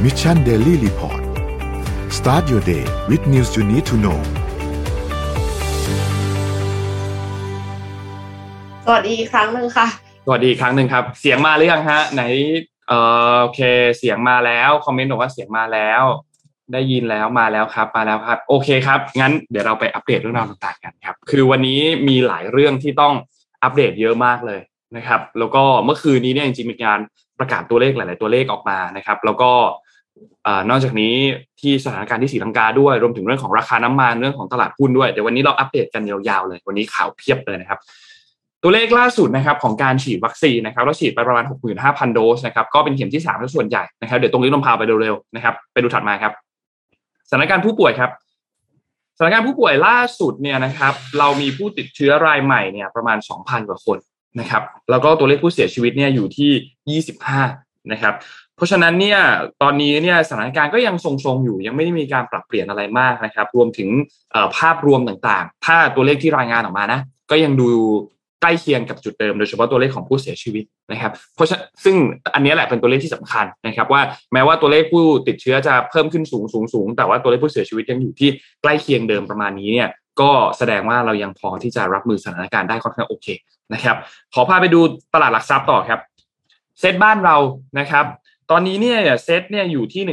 Mission Daily Report Start your day with news you need to know สวัสดีอีกครั้งนึงค่ะสวัสดีอีกครั้งนึงครับเสียงมาหรือยังฮะไหนโอเคเสียงมาแล้วคอมเมนต์บอกว่าเสียงมาแล้วได้ยินแล้วมาแล้วครับโอเคครับงั้นเดี๋ยวเราไปอัปเดตเรื่องราวต่างๆกันครับคือวันนี้มีหลายเรื่องที่ต้องอัปเดตเยอะมากเลยนะครับแล้วก็เมื่อคืนนี้เนี่ยจริงๆมีการประกาศตัวเลขหลายๆตัวเลขออกมานะครับแล้วก็นอกจากนี้ที่สถานการณ์ที่ศรีลังกาด้วยรวมถึงเรื่องของราคาน้ำมันเรื่องของตลาดหุ้นด้วยเดี๋ยววันนี้เราอัปเดตกันยาวๆเลยวันนี้ข่าวเพียบเลยนะครับตัวเลขล่าสุดนะครับของการฉีดวัคซีนนะครับเราฉีดไปประมาณ 65,000 โดสนะครับก็เป็นเข็มที่3ซะส่วนใหญ่นะครับเดี๋ยวตรงนี้ลงพาไปเร็วๆนะครับไปดูถัดมาครับสถานการณ์ผู้ป่วยครับสถานการณ์ผู้ป่วยล่าสุดเนี่ยนะครับเรามีผู้ติดเชื้อรายใหม่เนี่ยประมาณ 2,000 กว่าคนนะครับแล้วก็ตัวเลขผู้เสียชีวิตเนี่ยอยู่ที่25นะครับเพราะฉะนั้นเนี่ยตอนนี้เนี่ยสถานการณ์ก็ยังทรงๆอยู่ยังไม่ได้มีการปรับเปลี่ยนอะไรมากนะครับรวมถึงภาพรวมต่างๆถ้าตัวเลขที่รายงานออกมานะก็ยังดูใกล้เคียงกับจุดเดิมโดยเฉพาะตัวเลขของผู้เสียชีวิตนะครับเพราะซึ่งอันนี้แหละเป็นตัวเลขที่สำคัญนะครับว่าแม้ว่าตัวเลขผู้ติดเชื้อจะเพิ่มขึ้นสูงแต่ว่าตัวเลขผู้เสียชีวิตยังอยู่ที่ใกล้เคียงเดิมประมาณนี้เนี่ยก็แสดงว่าเรายังพอที่จะรับมือสถานการณ์ได้ค่อนข้างโอเคนะครับขอพาไปดูตลาดหลักทรัพย์ต่อครับเซ็ตบ้านเรานะครับตอนนี้เนี่ยเซ็ตเนี่ยอยู่ที่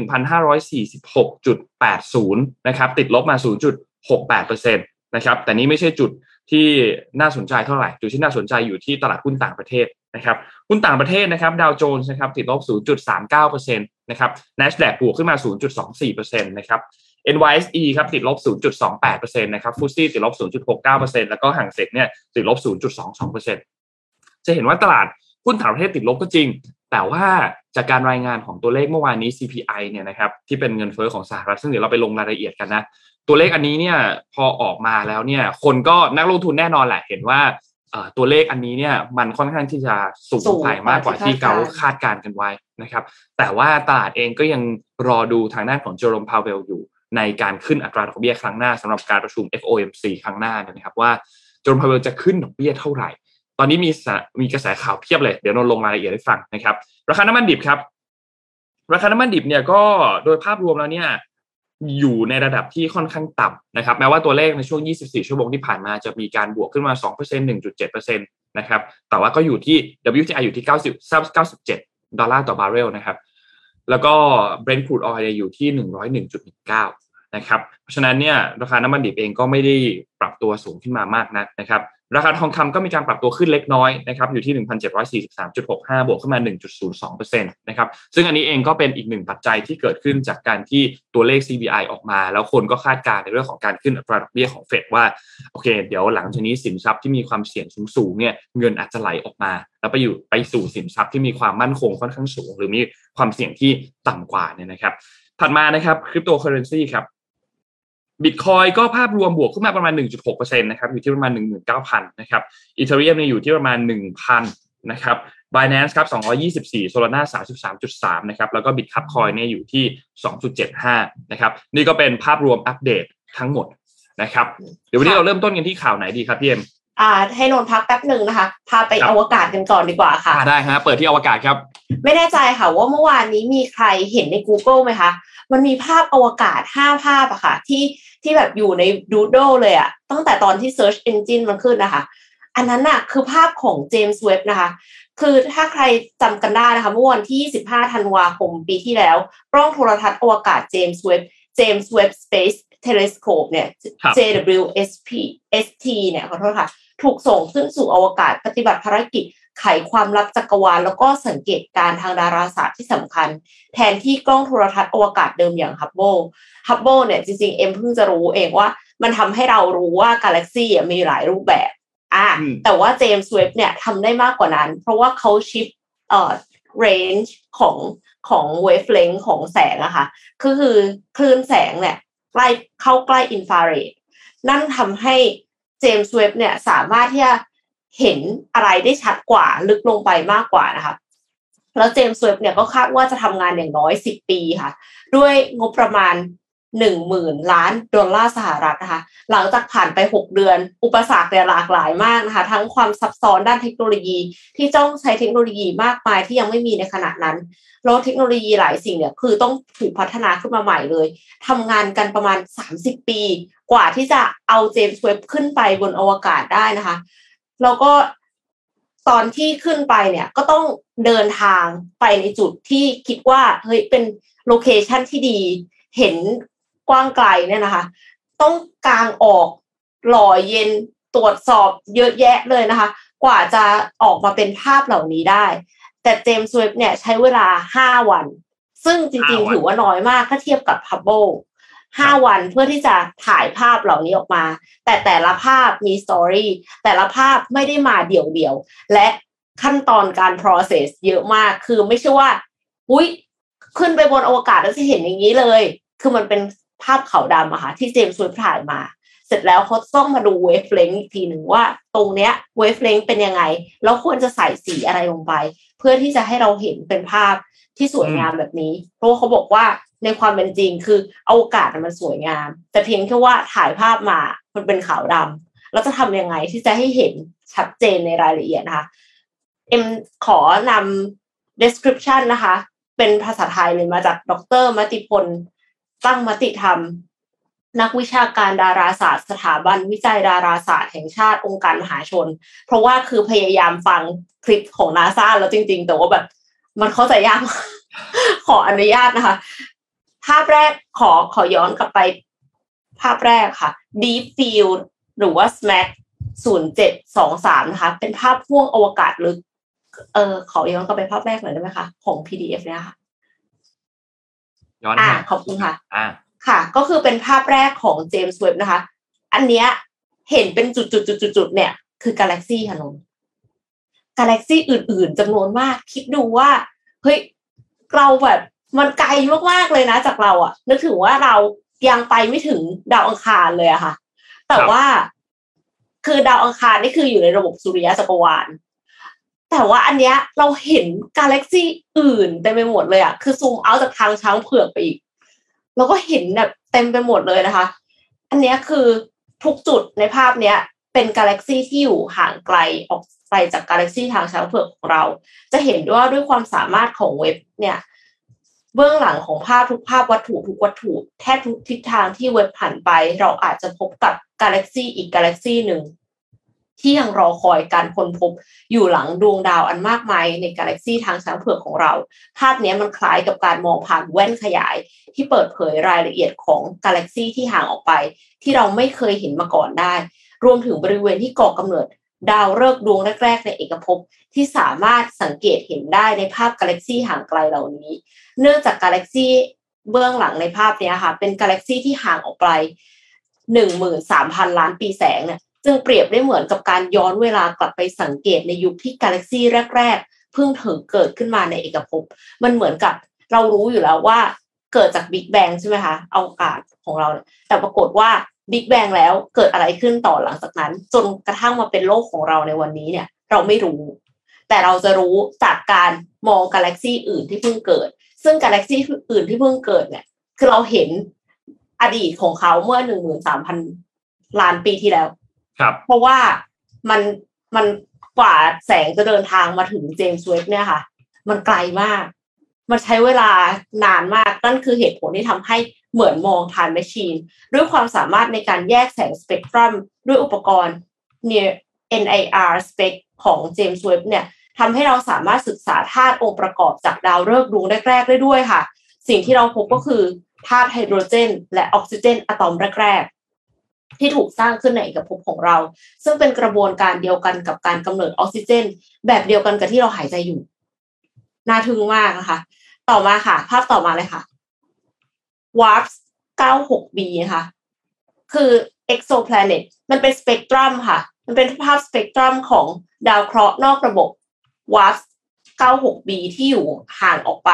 1,546.80 นะครับติดลบมา 0.68% นะครับแต่นี้ไม่ใช่จุดที่น่าสนใจเท่าไหร่จุดที่น่าสนใจอยู่ที่ตลาดหุ้นต่างประเทศนะครับหุ้นต่างประเทศนะครับดาวโจนส์นะครับติดลบ 0.39% นะครับ NASDAQ บวกขึ้นมา 0.24% นะครับ NYSE ครับติดลบ 0.28% นะครับฟุตซี่ติดลบ 0.69% แล้วก็หางเส็งเนี่ยติดลบ 0.22% จะเห็นว่าตลาดหุ้นต่างประเทศติดลบก็จริงแต่ว่าจากการรายงานของตัวเลขเมื่อวานนี้ CPI เนี่ยนะครับที่เป็นเงินเฟ้อของสหรัฐซึ่งเดี๋ยวเราไปลงรายละเอียดกันนะตัวเลขอันนี้เนี่ยพอออกมาแล้วเนี่ยคนก็นักลงทุนแน่นอนแหละเห็นว่าตัวเลขอันนี้เนี่ยมันค่อนข้างที่จะสูงไปมากกว่าที่เขาคาดการณ์กันไว้นะครับแต่ว่าตลาดเองก็ยังรอดูทางด้านของเจอโรมพาวเวลอยู่ในการขึ้นอัตราดอกเบี้ยครั้งหน้าสำหรับการประชุม FOMC ครั้งหน้านะครับว่าเจอโรมพาวเวลจะขึ้นดอกเบี้ยเท่าไหร่ตอนนี้มีกระแสข่าวเพียบเลยเดี๋ยวนนลงรายละเอียดให้ฟังนะครับราคาน้ำมันดิบครับราคาน้ำมันดิบเนี่ยก็โดยภาพรวมแล้วเนี่ยอยู่ในระดับที่ค่อนข้างต่ำนะครับแม้ว่าตัวเลขในช่วง24ชั่วโมงที่ผ่านมาจะมีการบวกขึ้นมา 2% 1.7% นะครับแต่ว่าก็อยู่ที่ WTI อยู่ที่97 ดอลลาร์ต่อบาร์เรลนะครับแล้วก็ Brent crude oil อยู่ที่ 101.19 นะครับเพราะฉะนั้นเนี่ยราคาน้ำมันดิบเองก็ไม่ได้ปรับตัวสูงขึ้นมามากนักนะครับราคาทองคำก็มีการปรับตัวขึ้นเล็กน้อยนะครับอยู่ที่ 1,743.65 บวกขึ้นมา 1.02% นะครับซึ่งอันนี้เองก็เป็นอีกหนึ่งปัจจัยที่เกิดขึ้นจากการที่ตัวเลข CPI ออกมาแล้วคนก็คาดการณ์ในเรื่องของการขึ้นอัตราดอกเบี้ยของเฟดว่าโอเคเดี๋ยวหลังจากนี้สินทรัพย์ที่มีความเสี่ยงสูงๆเนี่ยเงินอาจจะไหลออกมาแล้วไปสู่สินทรัพย์ที่มีความมั่นคงค่อนข้างสูงหรือมีความเสี่ยงที่ต่ำกว่าเนี่ยนะครับถัดมานะครับคริปโตเคอเรนซีครับBitcoin ก็ภาพรวมบวกขึ้นมาประมาณ 1.6% นะครับอยู่ที่ประมาณ 19,000 นะครับ Ethereum เนี่ยอยู่ที่ประมาณ 1,000 นะครับ Binance ครับ224 Solana 33.3 นะครับแล้วก็ Bitcoin เนี่ยอยู่ที่ 2.75 นะครับนี่ก็เป็นภาพรวมอัปเดตทั้งหมดนะครับเดี๋ยววันนี้เราเริ่มต้นกันที่ข่าวไหนดีครับพี่เอ็มให้นนพักแป๊บนึงนะคะพาไปอวกาศกันก่อนดีกว่าค่ะได้ฮะเปิดที่อวกาศครับไม่แน่ใจค่ะว่าเมื่อวานนี้มีใครเห็นใน Google ไหมคะมันมีภาพอวกาศ5ภาพอะค่ะที่แบบอยู่ใน Doodle เลยอะตั้งแต่ตอนที่ Search Engine มันขึ้นนะคะอันนั้นน่ะคือภาพของเจมส์เว็บนะคะคือถ้าใครจำกันได้นะคะเมื่อวันที่25ธันวาคมปีที่แล้วกล้องโทรทัศน์อวกาศเจมส์เว็บ Space Telescope เนี่ย JWST เนี่ยขอโทษค่ะถูกส่งขึ้นสู่อวกาศปฏิบัติภารกิจไขความลับจักรวาลแล้วก็สังเกตการทางดาราศาสตร์ที่สำคัญแทนที่กล้องโทรทัศน์อวกาศเดิมอย่าง Hubble เนี่ยจริงๆเอ็มเพิ่งจะรู้เองว่ามันทำให้เรารู้ว่ากาแล็กซี่มีหลายรูปแบบแต่ว่าเจมส์เว็บเนี่ยทำได้มากกว่านั้นเพราะว่าเขาชิปrange ของเวฟเลนท์ของแสงอะค่ะคือคลื่นแสงเนี่ยเข้าใกล้อินฟราเรดนั่นทำให้เจมส์เว็บเนี่ยสามารถที่จะเห็นอะไรได้ชัดกว่าลึกลงไปมากกว่านะคะแล้วเจมส์เว็บเนี่ยก็คาดว่าจะทำงานอย่างน้อย10 ปีค่ะด้วยงบประมาณ 10,000 ล้านดอลลาร์สหรัฐนะคะหลังจากผ่านไป6เดือนอุปสรรคเนี่ยหลากหลายมากนะคะทั้งความซับซ้อนด้านเทคโนโลยีที่ต้องใช้เทคโนโลยีมากมายที่ยังไม่มีในขณะนั้นแล้วเทคโนโลยีหลายสิ่งเนี่ยคือต้องถูกพัฒนาขึ้นมาใหม่เลยทำงานกันประมาณ30ปีกว่าที่จะเอาเจมส์เว็บขึ้นไปบนอวกาศได้นะคะแล้วก็ตอนที่ขึ้นไปเนี่ยก็ต้องเดินทางไปในจุดที่คิดว่าเฮ้ยเป็นโลเคชั่นที่ดีเห็นกว้างไกลเนี่ยนะคะต้องกางออกหล่อเย็นตรวจสอบเยอะแยะเลยนะคะกว่าจะออกมาเป็นภาพเหล่านี้ได้แต่เจมส์เว็บเนี่ยใช้เวลา5วันซึ่งจริงๆถือว่าน้อยมากถ้าเทียบกับฮับเบิล5วันเพื่อที่จะถ่ายภาพเหล่านี้ออกมาแต่ละภาพมีสตอรี่แต่ละภาพไม่ได้มาเดี่ยวๆและขั้นตอนการ process เยอะมากคือไม่ใช่ว่าอุ๊ยขึ้นไปบนอวกาศแล้วจะเห็นอย่างนี้เลยคือมันเป็นภาพขาวดำอะค่ะที่เจมส์เว็บถ่ายมาเสร็จแล้วเขาต้องมาดูเวฟเลนท์อีกทีหนึ่งว่าตรงเนี้ยเวฟเลนท์เป็นยังไงแล้วควรจะใส่สีอะไรลงไปเพื่อที่จะให้เราเห็นเป็นภาพที่สวยงามแบบนี้เพราะเขาบอกว่าในความเป็นจริงคืออวกาศมันสวยงามแต่เพียงแค่ว่าถ่ายภาพมามันเป็นขาวดำแล้วจะทำยังไงที่จะให้เห็นชัดเจนในรายละเอียดนะคะขอนำ description นะคะเป็นภาษาไทยเลยมาจากดร.มติพลตั้งมติธรรมนักวิชาการดาราศาสตร์สถาบันวิจัยดาราศาสตร์แห่งชาติองค์การมหาชนเพราะว่าคือพยายามฟังคลิปของ NASA แล้วจริงๆแต่ว่าแบบมันเข้าใจยาก ขออนุญาตนะคะภาพแรกขอย้อนกลับไปภาพแรกค่ะ Deep Field หรือว่า SMAC 0723นะคะเป็นภาพพ่วงอวกาศลึกขอย้อนกลับไปภาพแรกหน่อยได้ไหมคะของ PDF เนี่ยค่ะย้อนขอบคุณค่ะค่ะก็คือเป็นภาพแรกของเจมส์เว็บนะคะอันเนี้ยเห็นเป็นจุดๆๆๆเนี่ยคือกาแล็กซี่ค่ะนนกาแล็กซี่อื่นๆจำนวนมากคิดดูว่าเฮ้ยเราแบบมันไกลมากๆเลยนะจากเราอ่ะนึกถึงว่าเรายังไปไม่ถึงดาวอังคารเลยอะค่ะแต่ว่าคือดาวอังคารนี่คืออยู่ในระบบสุริยะจักรวาลแต่ว่าอันเนี้ยเราเห็นกาแล็กซี่อื่นเต็มไปหมดเลยอะคือซูมเอาจากทางช้างเผือกไปอีกแล้วก็เห็นแบบเต็มไปหมดเลยนะคะอันเนี้ยคือทุกจุดในภาพเนี้ยเป็นกาแล็กซี่ที่อยู่ห่างไกลออกไปจากกาแล็กซี่ทางช้างเผือกของเราจะเห็นด้วยความสามารถของเว็บเนี่ยเบื้องหลังของภาพทุกภาพวัตถุทุกวัตถุแทบทุกทิศทางที่เว็บผ่านไปเราอาจจะพบกับกาแล็กซี่อีกกาแล็กซี่หนึ่งที่ยังรอคอยการค้นพบอยู่หลังดวงดาวอันมากมายในกาแล็กซี่ทางช้างเผือกของเราภาพนี้มันคล้ายกับการมองผ่านแว่นขยายที่เปิดเผยรายละเอียดของกาแล็กซี่ที่ห่างออกไปที่เราไม่เคยเห็นมาก่อนได้รวมถึงบริเวณที่ก่อกำเนิดดาวฤกษ์ดวงแรกๆในเอกภพที่สามารถสังเกตเห็นได้ในภาพกาแล็กซี่ห่างไกลเหล่านี้เนื่องจากกาแล็กซี่เบื้องหลังในภาพนี้ค่ะเป็นกาแล็กซี่ที่ห่างออกไป 13,000 ล้านปีแสงเนี่ยจึงเปรียบได้เหมือนกับการย้อนเวลากลับไปสังเกตในยุคที่กาแล็กซี่แรกๆเพิ่งถึงเกิดขึ้นมาในเอกภพมันเหมือนกับเรารู้อยู่แล้วว่าเกิดจากบิ๊กแบงใช่ไหมคะอวกาศของเราแต่ปรากฏว่าบิ๊กแบงแล้วเกิดอะไรขึ้นต่อหลังจากนั้นจนกระทั่งมาเป็นโลกของเราในวันนี้เนี่ยเราไม่รู้แต่เราจะรู้จากการมองกาแล็กซี่อื่นที่เพิ่งเกิดซึ่งกาแล็กซี่อื่นที่เพิ่งเกิดเนี่ยคือเราเห็นอดีตของเขาเมื่อ 13,000 ล้านปีที่แล้วเพราะว่ามันกว่าแสงจะเดินทางมาถึงเจมส์เว็บเนี่ยค่ะมันไกลมากมันใช้เวลานานมากนั่นคือเหตุผลที่ทำให้เหมือนมอง Time Machine ด้วยความสามารถในการแยกแสงสเปกตรัมด้วยอุปกรณ์ NIR Spec ของเจมส์เว็บเนี่ยทำให้เราสามารถศึกษาธาตุองค์ประกอบจากดาวฤกษ์ดวงแรกๆได้ด้วยค่ะสิ่งที่เราพบก็คือธาตุไฮโดรเจนและออกซิเจนอะตอมแรกๆที่ถูกสร้างขึ้นในเอกภพของเราซึ่งเป็นกระบวนการเดียวกันกับการกำเนิดออกซิเจนแบบเดียวกันกับที่เราหายใจอยู่น่าทึ่งมากนะคะต่อมาค่ะภาพต่อมาเลยค่ะ WARP 96b นะคะคือ exoplanet มันเป็นสเปกตรัมค่ะมันเป็นภาพสเปกตรัมของดาวเคราะห์นอกระบบ WARP 96b ที่อยู่ห่างออกไป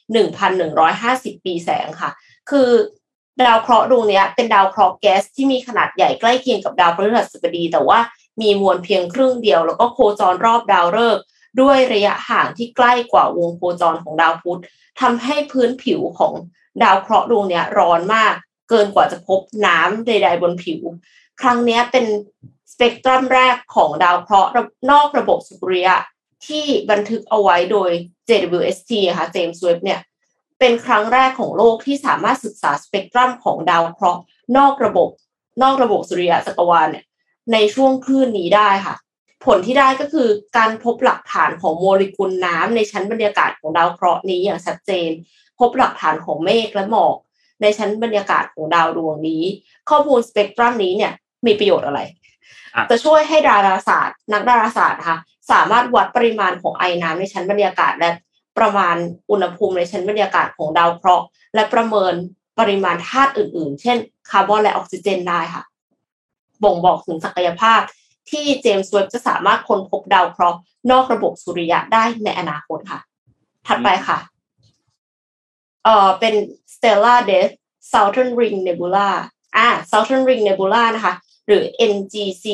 1,150 ปีแสงค่ะคือดาวเคราะห์ดวงนี้เป็นดาวเคราะห์แก๊สที่มีขนาดใหญ่ใกล้เคียงกับดาวพฤหัสบดีแต่ว่ามีมวลเพียงครึ่งเดียวแล้วก็โคจรรอบดาวฤกษ์ด้วยระยะห่างที่ใกล้กว่าวงโคจรของดาวพุธทำให้พื้นผิวของดาวเคราะห์ดวงนี้ร้อนมากเกินกว่าจะพบน้ำใดๆบนผิวครั้งนี้เป็นสเปกตรัมแรกของดาวเคราะห์นอกระบบสุริยะที่บันทึกเอาไว้โดย JWST ค่ะเจมส์เว็บเนี่ยเป็นครั้งแรกของโลกที่สามารถศึกษาสเปกตรัมของดาวเคราะห์นอกระบบสุริยะจักรวาลเนี่ยในช่วงคลื่นนี้ได้ค่ะผลที่ได้ก็คือการพบหลักฐานของโมเลกุลน้ำในชั้นบรรยากาศของดาวเคราะห์นี้อย่างชัดเจนพบหลักฐานของเมฆและหมอกในชั้นบรรยากาศของดาวดวงนี้ข้อมูลสเปกตรัมนี้เนี่ยมีประโยชน์อะไรจะช่วยให้นักดาราศาสตร์นะคะสามารถวัดปริมาณของไอน้ำในชั้นบรรยากาศและประมาณอุณหภูมิในชั้นบรรยากาศของดาวเคราะห์และประเมินปริมาณธาตุอื่นๆเช่นคาร์บอนและออกซิเจนได้ค่ะบ่งบอกถึงศักยภาพที่เจมส์เว็บจะสามารถค้นพบดาวเคราะห์นอกระบบสุริยะได้ในอนาคตค่ะถัดไปค่ะเป็น Stellar Death Southern Ring Nebula Southern Ring Nebula นะคะหรือ NGC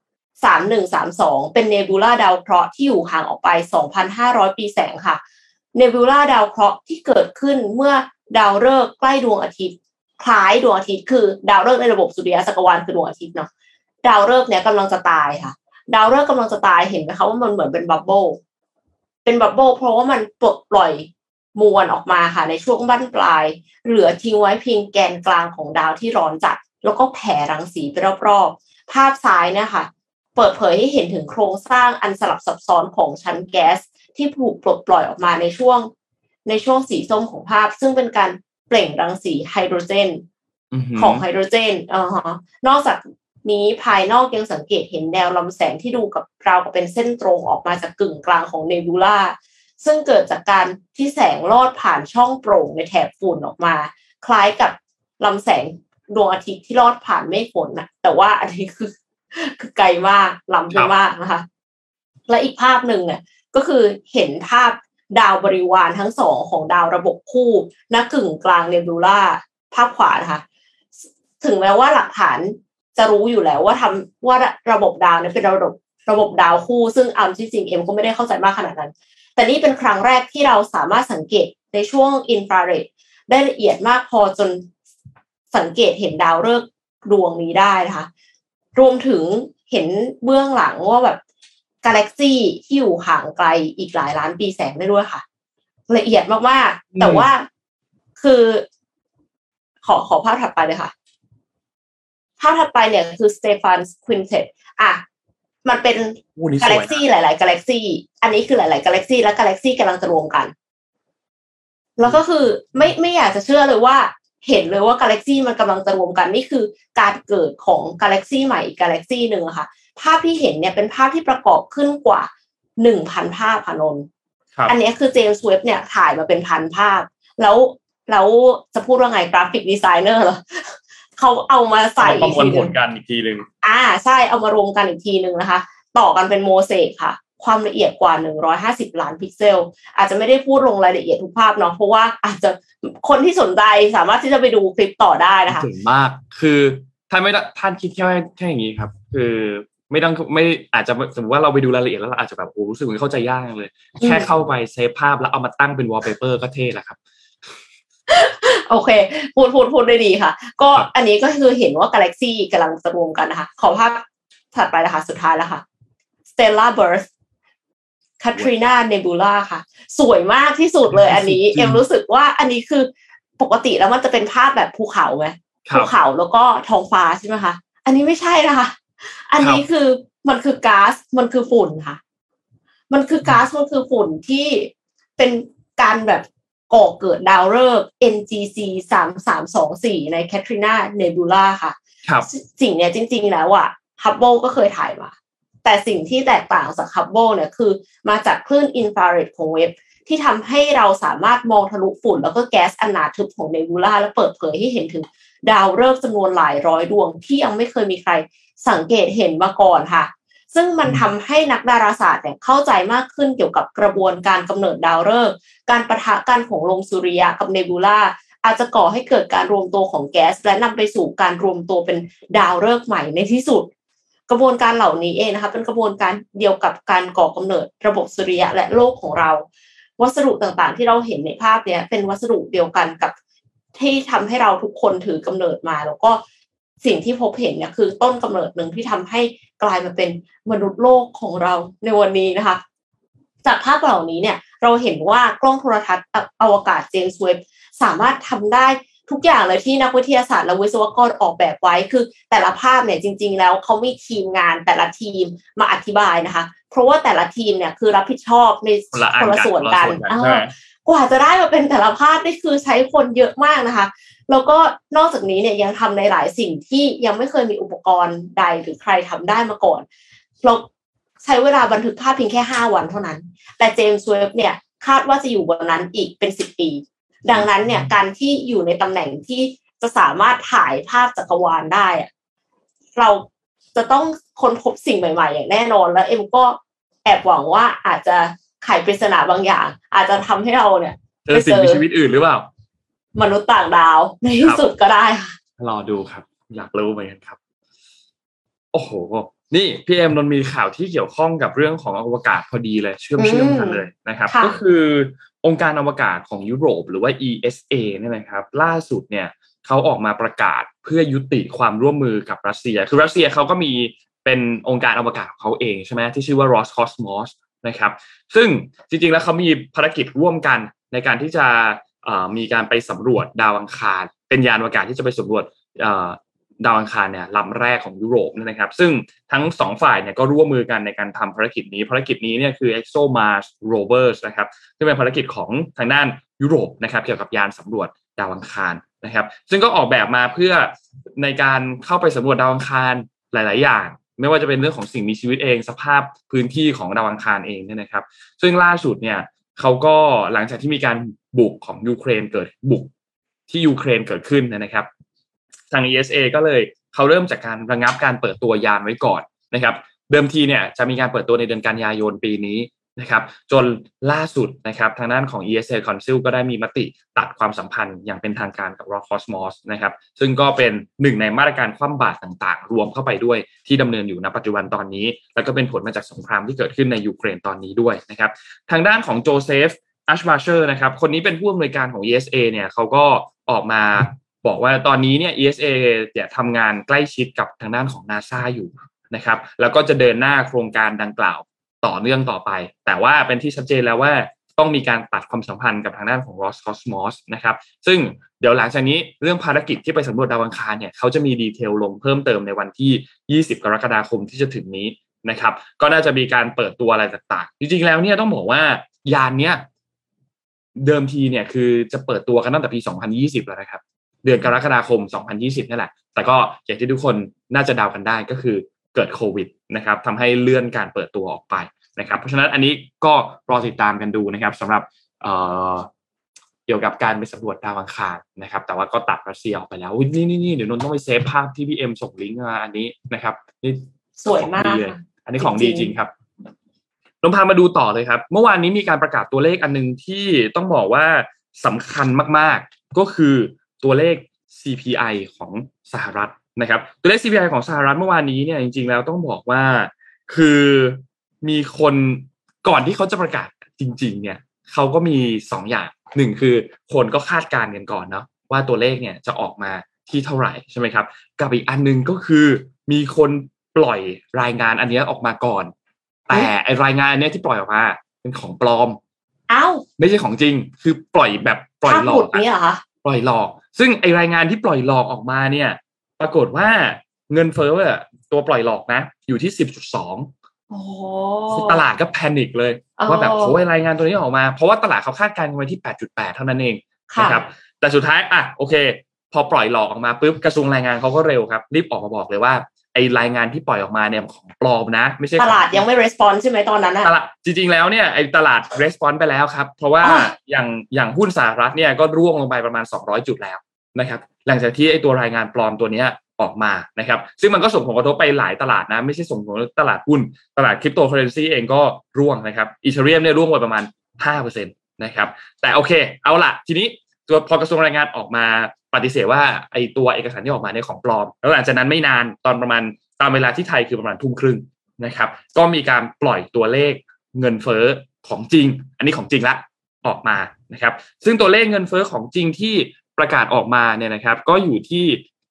3132เป็นเนบูล่าดาวเคราะห์ที่อยู่ห่างออกไป 2,500 ปีแสงค่ะเนบูล่าดาวเคราะห์ที่เกิดขึ้นเมื่อดาวฤกษ์ใกล้ดวงอาทิตย์คล้ายดวงอาทิตย์คือดาวฤกษ์ในระบบสุริยะจักรวาลคือดวงอาทิตย์เนาะดาวฤกษ์เนี่ยกำลังจะตายค่ะดาวฤกษ์กำลังจะตายเห็นไหมคะว่ามันเหมือนเป็นบับเบิ้ลเพราะว่ามันปลดปล่อยมวลออกมาค่ะในช่วงบั้นปลายเหลือทิ้งไว้เพียงแกนกลางของดาวที่ร้อนจัดแล้วก็แผ่รังสีไปรอบๆภาพซ้ายเนี่ยค่ะเปิดเผยให้เห็นถึงโครงสร้างอันสลับซับซ้อนของชั้นแก๊สที่ถูกปลดปล่อยออกมาในช่วงสีส้มของภาพซึ่งเป็นการเปล่งรังสีไฮโดรเจนของไฮโดรเจนนอกจากนี้ภายนอกยังสังเกตเห็นแนวลำแสงที่ดูกับราวกับเป็นเส้นตรงออกมาจากกึ่งกลางของเนบูล่าซึ่งเกิดจากการที่แสงลอดผ่านช่องโปร่งในแถบฝุ่นออกมาคล้ายกับลำแสงดวงอาทิตย์ที่ลอดผ่านเมฆฝนนะแต่ว่าอันนี้คือไกลมากล้ำไปมากนะคะและอีกภาพหนึ่งเนี่ยก็คือเห็นภาพดาวบริวารทั้งสองของดาวระบบคู่ณกึ่งกลางเนบูล่าภาพขวานะคะถึงแม้ว่าหลักฐานจะรู้อยู่แล้วว่าระบบดาวเนี่ยเป็นระบบดาวคู่ซึ่งเอาจริงๆเอ็มก็ไม่ได้เข้าใจมากขนาดนั้นแต่นี่เป็นครั้งแรกที่เราสามารถสังเกตในช่วงอินฟราเรดได้ละเอียดมากพอจนสังเกตเห็นดาวฤกษ์ดวงนี้ได้นะคะรวมถึงเห็นเบื้องหลังว่าแบบกาแล็กซี่ที่อยู่ห่างไกลอีกหลายล้านปีแสงได้ด้วยค่ะละเอียดมากๆแต่ว่าคือขอภาพถัดไปเลยค่ะภาพถัดไปเนี่ยคือสเตฟานควินเท็ตมันเป็นกาแล็กซี่หลายๆกาแล็กซี่อันนี้คือหลายๆกาแล็กซี่และกาแล็กซี่กำลังจะรวมกันแล้วก็คือไม่อยากจะเชื่อเลยว่าเห็นเลยว่ากาแล็กซี่มันกำลังจะรวมกันนี่คือการเกิดของกาแล็กซี่ใหม่อีกกาแล็กซี่นึงอะค่ะภาพที่เห็นเนี่ยเป็นภาพที่ประกอบขึ้นกว่า 1,000 ภาพค่ะนนท์อันนี้คือเจมส์เว็บเนี่ยถ่ายมาเป็นพันภาพแล้วจะพูดว่าไงกราฟิกดีไซเนอร์เหรอเขาเอามาใส่ประมวลผลกันอีกทีนึงใช่เอามารวมกันอีกทีนึงนะคะต่อกันเป็นโมเสกค่ะความละเอียดกว่า150ล้านพิกเซลอาจจะไม่ได้พูดลงรายละเอียดทุกภาพเนาะเพราะว่าอาจจะคนที่สนใจสามารถที่จะไปดูคลิปต่อได้นะคะถึงมากคือท่านคิดแค่อย่างนี้ครับคือไม่อาจจะสมมติว่าเราไปดูรายละเอียดแล้วเราอาจจะแบบรู้สึกเหมือนเข้าใจยากเลยแค่เข้าไปเซฟภาพแล้วเอามาตั้งเป็นวอลเปเปอร์ก็เท่แล้วครับโอเคพูดได้ดีค่ะก็อันนี้ก็คือเห็นว่ากาแล็กซี่กำลังจะรวมกันนะคะขอภาพถัดไปนะคะสุดท้ายแล้วค่ะ Stellar Burst Katrina Nebula ค่ะสวยมากที่สุดเลยอันนี้เอ็มรู้สึกว่าอันนี้คือปกติแล้วมันจะเป็นภาพแบบภูเขาไหมภูเขาแล้วก็ท้องฟ้าใช่ไหมคะอันนี้ไม่ใช่นะคะอันนี้คือมันคือก๊าซมันคือฝุ่นค่ะมันคือก๊าซมันคือฝุ่นที่เป็นการแบบก่อเกิดดาวฤกษ์ NGC 3324ใน Katrina Nebula ค่ะสิ่งเนี้ยจริงๆแล้วอ่ะ Hubble ก็เคยถ่ายมาแต่สิ่งที่แตกต่างจาก Hubble เนี่ยคือมาจากคลื่นอินฟราเรดของเว็บที่ทำให้เราสามารถมองทะลุฝุ่นแล้วก็แก๊สอันหนาทึบของ Nebula และเปิดเผยให้เห็นถึงดาวฤกษ์จำนวนหลายร้อยดวงที่ยังไม่เคยมีใครสังเกตเห็นมาก่อนค่ะซึ่งมันทำให้นักดาราศาสตร์เนี่ยเข้าใจมากขึ้นเกี่ยวกับกระบวนการกำเนิดดาวฤกษ์การปะทะกันของโลงสุริยะกับเนบูล่าอาจจะก่อให้เกิดการรวมตัวของแก๊สและนำไปสู่การรวมตัวเป็นดาวฤกษ์ใหม่ในที่สุดกระบวนการเหล่านี้เองนะคะเป็นกระบวนการเดียวกับการก่อกำเนิดระบบสุริยะและโลกของเราวัสดุต่างๆที่เราเห็นในภาพเนี้ยเป็นวัสดุเดียวกันกับที่ทำให้เราทุกคนถือกำเนิดมาแล้วก็สิ่งที่พบเห็นเนี่ยคือต้นกำเนิดหนึ่งที่ทำให้กลายมาเป็นมนุษย์โลกของเราในวันนี้นะคะจากภาพเหล่านี้เนี่ยเราเห็นว่ากล้องโทรทัศน์อวกาศเจมส์เว็บสามารถทำได้ทุกอย่างเลยที่นักวิทยาศาสตร์และวิศวกรออกแบบไว้คือแต่ละภาพเนี่ยจริงๆแล้วเขามีทีมงานแต่ละทีมมาอธิบายนะคะเพราะว่าแต่ละทีมเนี่ยคือรับผิดชอบในคนละส่วนกันกว่าจะได้มาเป็นแต่ละภาพนี่คือใช้คนเยอะมากนะคะแล้วก็นอกจากนี้เนี่ยยังทำในหลายสิ่งที่ยังไม่เคยมีอุปกรณ์ใดหรือใครทำได้มาก่อนเราใช้เวลาบันทึกภาพเพียงแค่5 วันเท่านั้นแต่เจมส์เว็บเนี่ยคาดว่าจะอยู่บนนั้นอีกเป็น10 ปีดังนั้นเนี่ยการที่อยู่ในตำแหน่งที่จะสามารถถ่ายภาพจักรวาลได้เราจะต้องค้นพบสิ่งใหม่ๆอย่างแน่นอนแล้วเอ็มก็แอบหวังว่าอาจจะไขปริศนาบางอย่างอาจจะทำให้เราเนี่ยเจอสิ่งมีชีวิตอื่นหรือเปล่ามนุษย์ต่างดาวในที่สุดก็ได้ค่ะรอดูครับอยากรู้เหมือนกันครับโอ้โหนี่พี่เอ็มนนมีข่าวที่เกี่ยวข้องกับเรื่องของอวกาศพอดีเลยเชื่อมกันเลยนะครับก็คือองค์การอวกาศของยุโรปหรือว่า ESA เนี่ยนะครับล่าสุดเนี่ยเขาออกมาประกาศเพื่อยุติความร่วมมือกับรัสเซียคือรัสเซียเขาก็มีเป็นองค์การอวกาศของเขาเองใช่ไหมที่ชื่อว่า Roscosmos นะครับซึ่งจริงๆแล้วเขามีภารกิจร่วมกันในการที่จะมีการไปสำรวจดาวอังคารเป็นยานอวกาศที่จะไปสำรวจดาวอังคารเนี่ยลำแรกของยุโรปนะครับซึ่งทั้ง2ฝ่ายเนี่ยก็ร่วมมือกันในการทำภารกิจนี้เนี่ยคือ ExoMars Rovers นะครับซึ่งเป็นภารกิจของทางด้านยุโรปนะครับเกี่ยวกับยานสำรวจดาวอังคารนะครับซึ่งก็ออกแบบมาเพื่อในการเข้าไปสำรวจดาวอังคารหลายๆอย่างไม่ว่าจะเป็นเรื่องของสิ่งมีชีวิตเองสภาพพื้นที่ของดาวอังคารเองเนี่ยนะครับซึ่งล่าสุดเนี่ยเขาก็หลังจากที่มีการบุกของยูเครนเกิดบุกที่ยูเครนเกิดขึ้นนะครับทาง ESA ก็เลยเขาเริ่มจากการระงับการเปิดตัวยานไว้ก่อนนะครับเดิมทีเนี่ยจะมีการเปิดตัวในเดือนกันยายนปีนี้นะครับจนล่าสุดนะครับทางด้านของ ESA Council ก็ได้มีมติตัดความสัมพันธ์อย่างเป็นทางการกับ Roscosmos นะครับซึ่งก็เป็นหนึ่งในมาตรการคว่ำบาตรต่างๆรวมเข้าไปด้วยที่ดำเนินอยู่ณปัจจุบันตอนนี้แล้วก็เป็นผลมาจากสงครามที่เกิดขึ้นในยูเครนตอนนี้ด้วยนะครับทางด้านของโจเซฟอัชมาเชอร์นะครับคนนี้เป็นผู้อำนวยการของ ESA เนี่ยเขาก็ออกมาบอกว่าตอนนี้เนี่ย ESA เนี่ยทำงานใกล้ชิดกับทางด้านของ NASA อยู่นะครับแล้วก็จะเดินหน้าโครงการดังกล่าวต่อเนื่องต่อไปแต่ว่าเป็นที่ชัดเจนแล้วว่าต้องมีการตัดความสัมพันธ์กับทางด้านของ Roscosmos นะครับซึ่งเดี๋ยวหลังจากนี้เรื่องภารกิจที่ไปสำรวจดาวอังคารเนี่ยเขาจะมีดีเทลลงเพิ่มเติมในวันที่20 กรกฎาคมที่จะถึงนี้นะครับก็น่าจะมีการเปิดตัวอะไรต่างๆจริงๆแล้วเนี่ยต้องบอกว่ายานเนี้ยเดิมทีเนี่ยคือจะเปิดตัวกันตั้งแต่ปี2020แล้วนะครับเดือนกรกฎาคม2020นี่แหละแต่ก็อย่างที่ทุกคนน่าจะเดากันได้ก็คือเกิดโควิดนะครับทำให้เลื่อนการเปิดตัวออกไปนะครับเพราะฉะนั้นอันนี้ก็รอติดตามกันดูนะครับสำหรับเกี่ยวกับการไปสำรวจดาวอังคารนะครับแต่ว่าก็ตัดรัสเซียออกไปแล้วนี่เดี๋ยวนนท์ต้องไปเซฟภาพที่พี่เอ็มส่งลิงก์มาอันนี้นะครับนี่สวยมากอันนี้ของดีจริงครับนนท์พามาดูต่อเลยครับเมื่อวานนี้มีการประกาศตัวเลขอันนึงที่ต้องบอกว่าสำคัญมากๆก็คือตัวเลข CPI ของสหรัฐนะครับตัวเลข CPI ของสหรัฐเมื่อวานนี้เนี่ยจริงๆแล้วต้องบอกว่าคือมีคนก่อนที่เขาจะประกาศจริงๆเนี่ยเขาก็มี2อย่าง1คือคนก็คาดการณ์กันก่อนเนาะว่าตัวเลขเนี่ยจะออกมาที่เท่าไหร่ใช่ไหมครับกับอีกอันนึงก็คือมีคนปล่อยรายงานอันนี้ออกมาก่อนแต่ไอรายงานอันนี้ที่ปล่อยออกมาเป็นของปลอมไม่ใช่ของจริงคือปล่อยแบบปล่อยหลอกนี่เหรอคะปล่อยหลอกซึ่งไอรายงานที่ปล่อยหลอกออกมาเนี่ยปรากฏว่าเงินเฟ้อตัวปล่อยหลอกนะอยู่ที่ 10.2 ตลาดก็แพนิคเลยว่าแบบโอ้ยรายงานตัวนี้ออกมาเพราะว่าตลาดเขาคาดการณ์ไว้ที่ 8.8 เท่านั้นเองนะครับแต่สุดท้ายโอเคพอปล่อยหลอกออกมาปุ๊บกระทรวงแรงงานเขาก็เร็วครับรีบออกมาบอกเลยว่าไอรายงานที่ปล่อยออกมาเนี่ยของปลอมนะไม่ใช่ตลาดยังไม่รีสปอนส์ใช่ไหมตอนนั้นน่ะตลาดจริงๆแล้วเนี่ยไอตลาดรีสปอนส์ไปแล้วครับเพราะว่าอย่างหุ้นสหรัฐเนี่ยก็ร่วงลงไปประมาณ200จุดแล้วนะครับหลังจากที่ไอตัวรายงานปลอมตัวนี้ออกมานะครับซึ่งมันก็ส่งผลกระทบไปหลายตลาดนะไม่ใช่ส่งผลกระทบตลาดหุ้นตลาดคริปโตเคอเรนซีเองก็ร่วงนะครับอีเธเรียมเนี่ยร่วงไปประมาณ 5% นะครับแต่โอเคเอาล่ะทีนี้ตัวพอกระทรวงแรงงานออกมาปฏิเสธว่าไอตัวเอกสารที่ออกมาเนี่ยของปลอมแล้วหลังจากนั้นไม่นานตอนประมาณตามเวลาที่ไทยคือประมาณ 20:30 น.นะครับก็มีการปล่อยตัวเลขเงินเฟ้อของจริงอันนี้ของจริงละออกมานะครับซึ่งตัวเลขเงินเฟ้อของจริงที่ประกาศออกมาเนี่ยนะครับก็อยู่ที่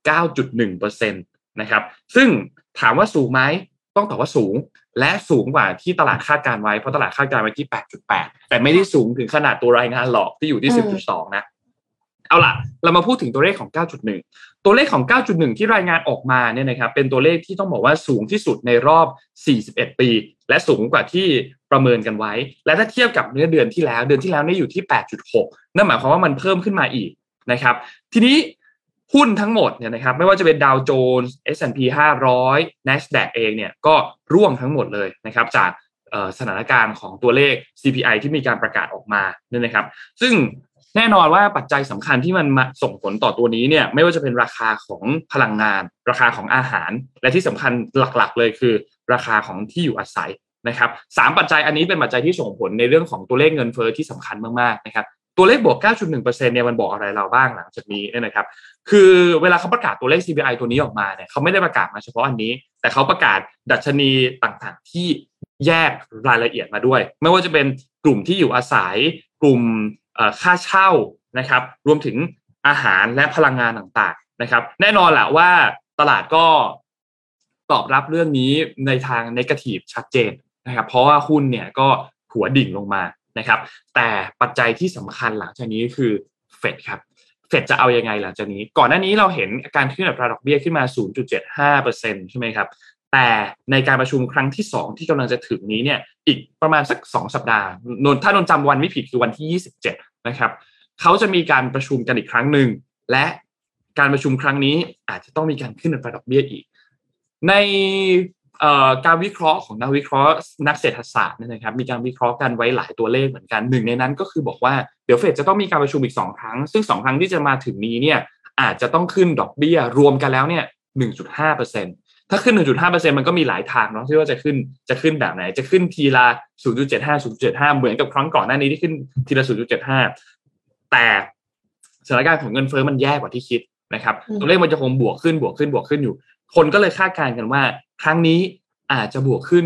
9.1% นะครับซึ่งถามว่าสูงไหมต้องตอบว่าสูงและสูงกว่าที่ตลาดคาดการไว้เพราะตลาดคาดการไว้ที่ 8.8 แต่ไม่ได้สูงถึงขนาดตัวรายงานหลอกที่อยู่ที่ 10.2 นะเอาล่ะเรามาพูดถึงตัวเลขของ 9.1 ตัวเลขของ 9.1 ที่รายงานออกมาเนี่ยนะครับเป็นตัวเลขที่ต้องบอกว่าสูงที่สุดในรอบ41 ปีและสูงกว่าที่ประเมินกันไว้และถ้าเทียบกับเดือนที่แล้วนี่อยู่ที่ 8.6 นั่นหมายความว่ามันเพิ่มขึ้นมาอีกนะครับทีนี้หุ้นทั้งหมดเนี่ยนะครับไม่ว่าจะเป็นดาวโจนส์ S&P 500 NASDAQ เองเนี่ยก็ร่วงทั้งหมดเลยนะครับจากสถานการณ์ของตัวเลข CPI ที่มีการประกาศออกมาเนี่ยนะครับซึ่งแน่นอนว่าปัจจัยสำคัญที่มันมาส่งผลต่อตัวนี้เนี่ยไม่ว่าจะเป็นราคาของพลังงานราคาของอาหารและที่สำคัญหลักๆเลยคือราคาของที่อยู่อาศัยนะครับ3ปัจจัยอันนี้เป็นปัจจัยที่ส่งผลในเรื่องของตัวเลขเงินเฟ้อที่สำคัญมากๆนะครับตัวเลขบวก 9.1% เนี่ยมันบอกอะไรเราบ้างหลังจากนี้เนี่ยนะครับคือเวลาเขาประกาศตัวเลข CPI ตัวนี้ออกมาเนี่ยเขาไม่ได้ประกาศมาเฉพาะอันนี้แต่เขาประกาศดัชนีต่างๆที่แยกรายละเอียดมาด้วยไม่ว่าจะเป็นกลุ่มที่อยู่อาศัยกลุ่มค่าเช่านะครับรวมถึงอาหารและพลังงานต่างๆนะครับแน่นอนแหละว่าตลาดก็ตอบรับเรื่องนี้ในทางเนกาทีฟชัดเจนนะครับเพราะว่าหุ้นเนี่ยก็หัวดิ่งลงมานะครับแต่ปัจจัยที่สำคัญหลังจากนี้คือเฟดครับเฟดจะเอายังไงหลังจากนี้ก่อนหน้านี้เราเห็นการขึ้นอัตราดอกเบี้ยขึ้นมา 0.75% ใช่ไหมครับแต่ในการประชุมครั้งที่2ที่กำลังจะถึงนี้เนี่ยอีกประมาณสัก2สัปดาห์ถ้านนจำวันไม่ผิดคือวันที่27นะครับเขาจะมีการประชุมกันอีกครั้งหนึ่งและการประชุมครั้งนี้อาจจะต้องมีการขึ้นอัตราดอกเบี้ยอีกในการวิเคราะห์ของนักวิเคราะห์นักเศรษฐศาสตร์นะครับมีการวิเคราะห์กันไว้หลายตัวเลขเหมือนกันหนึ่งในนั้นก็คือบอกว่าเดี๋ยวเฟดจะต้องมีการประชุมอีก2ครั้งซึ่ง2ครั้งที่จะมาถึงนี้เนี่ยอาจจะต้องขึ้นดอกเบี้ยรวมกันแล้วเนี่ย 1.5% ถ้าขึ้น 1.5% มันก็มีหลายทางเนาะที่ว่าจะขึ้นแบบไหนจะขึ้นทีละ 0.75 เหมือนกับครั้งก่อนหน้านี้ที่ขึ้นทีละ 0.75 แต่สถานการณ์ของเงินเฟ้อมันแย่กว่าที่คิดนะครับตัวเลขมันจะคงบวกขึ้นอยู่คนก็เลยคาดการณ์กันว่าครั้งนี้อาจจะบวกขึ้น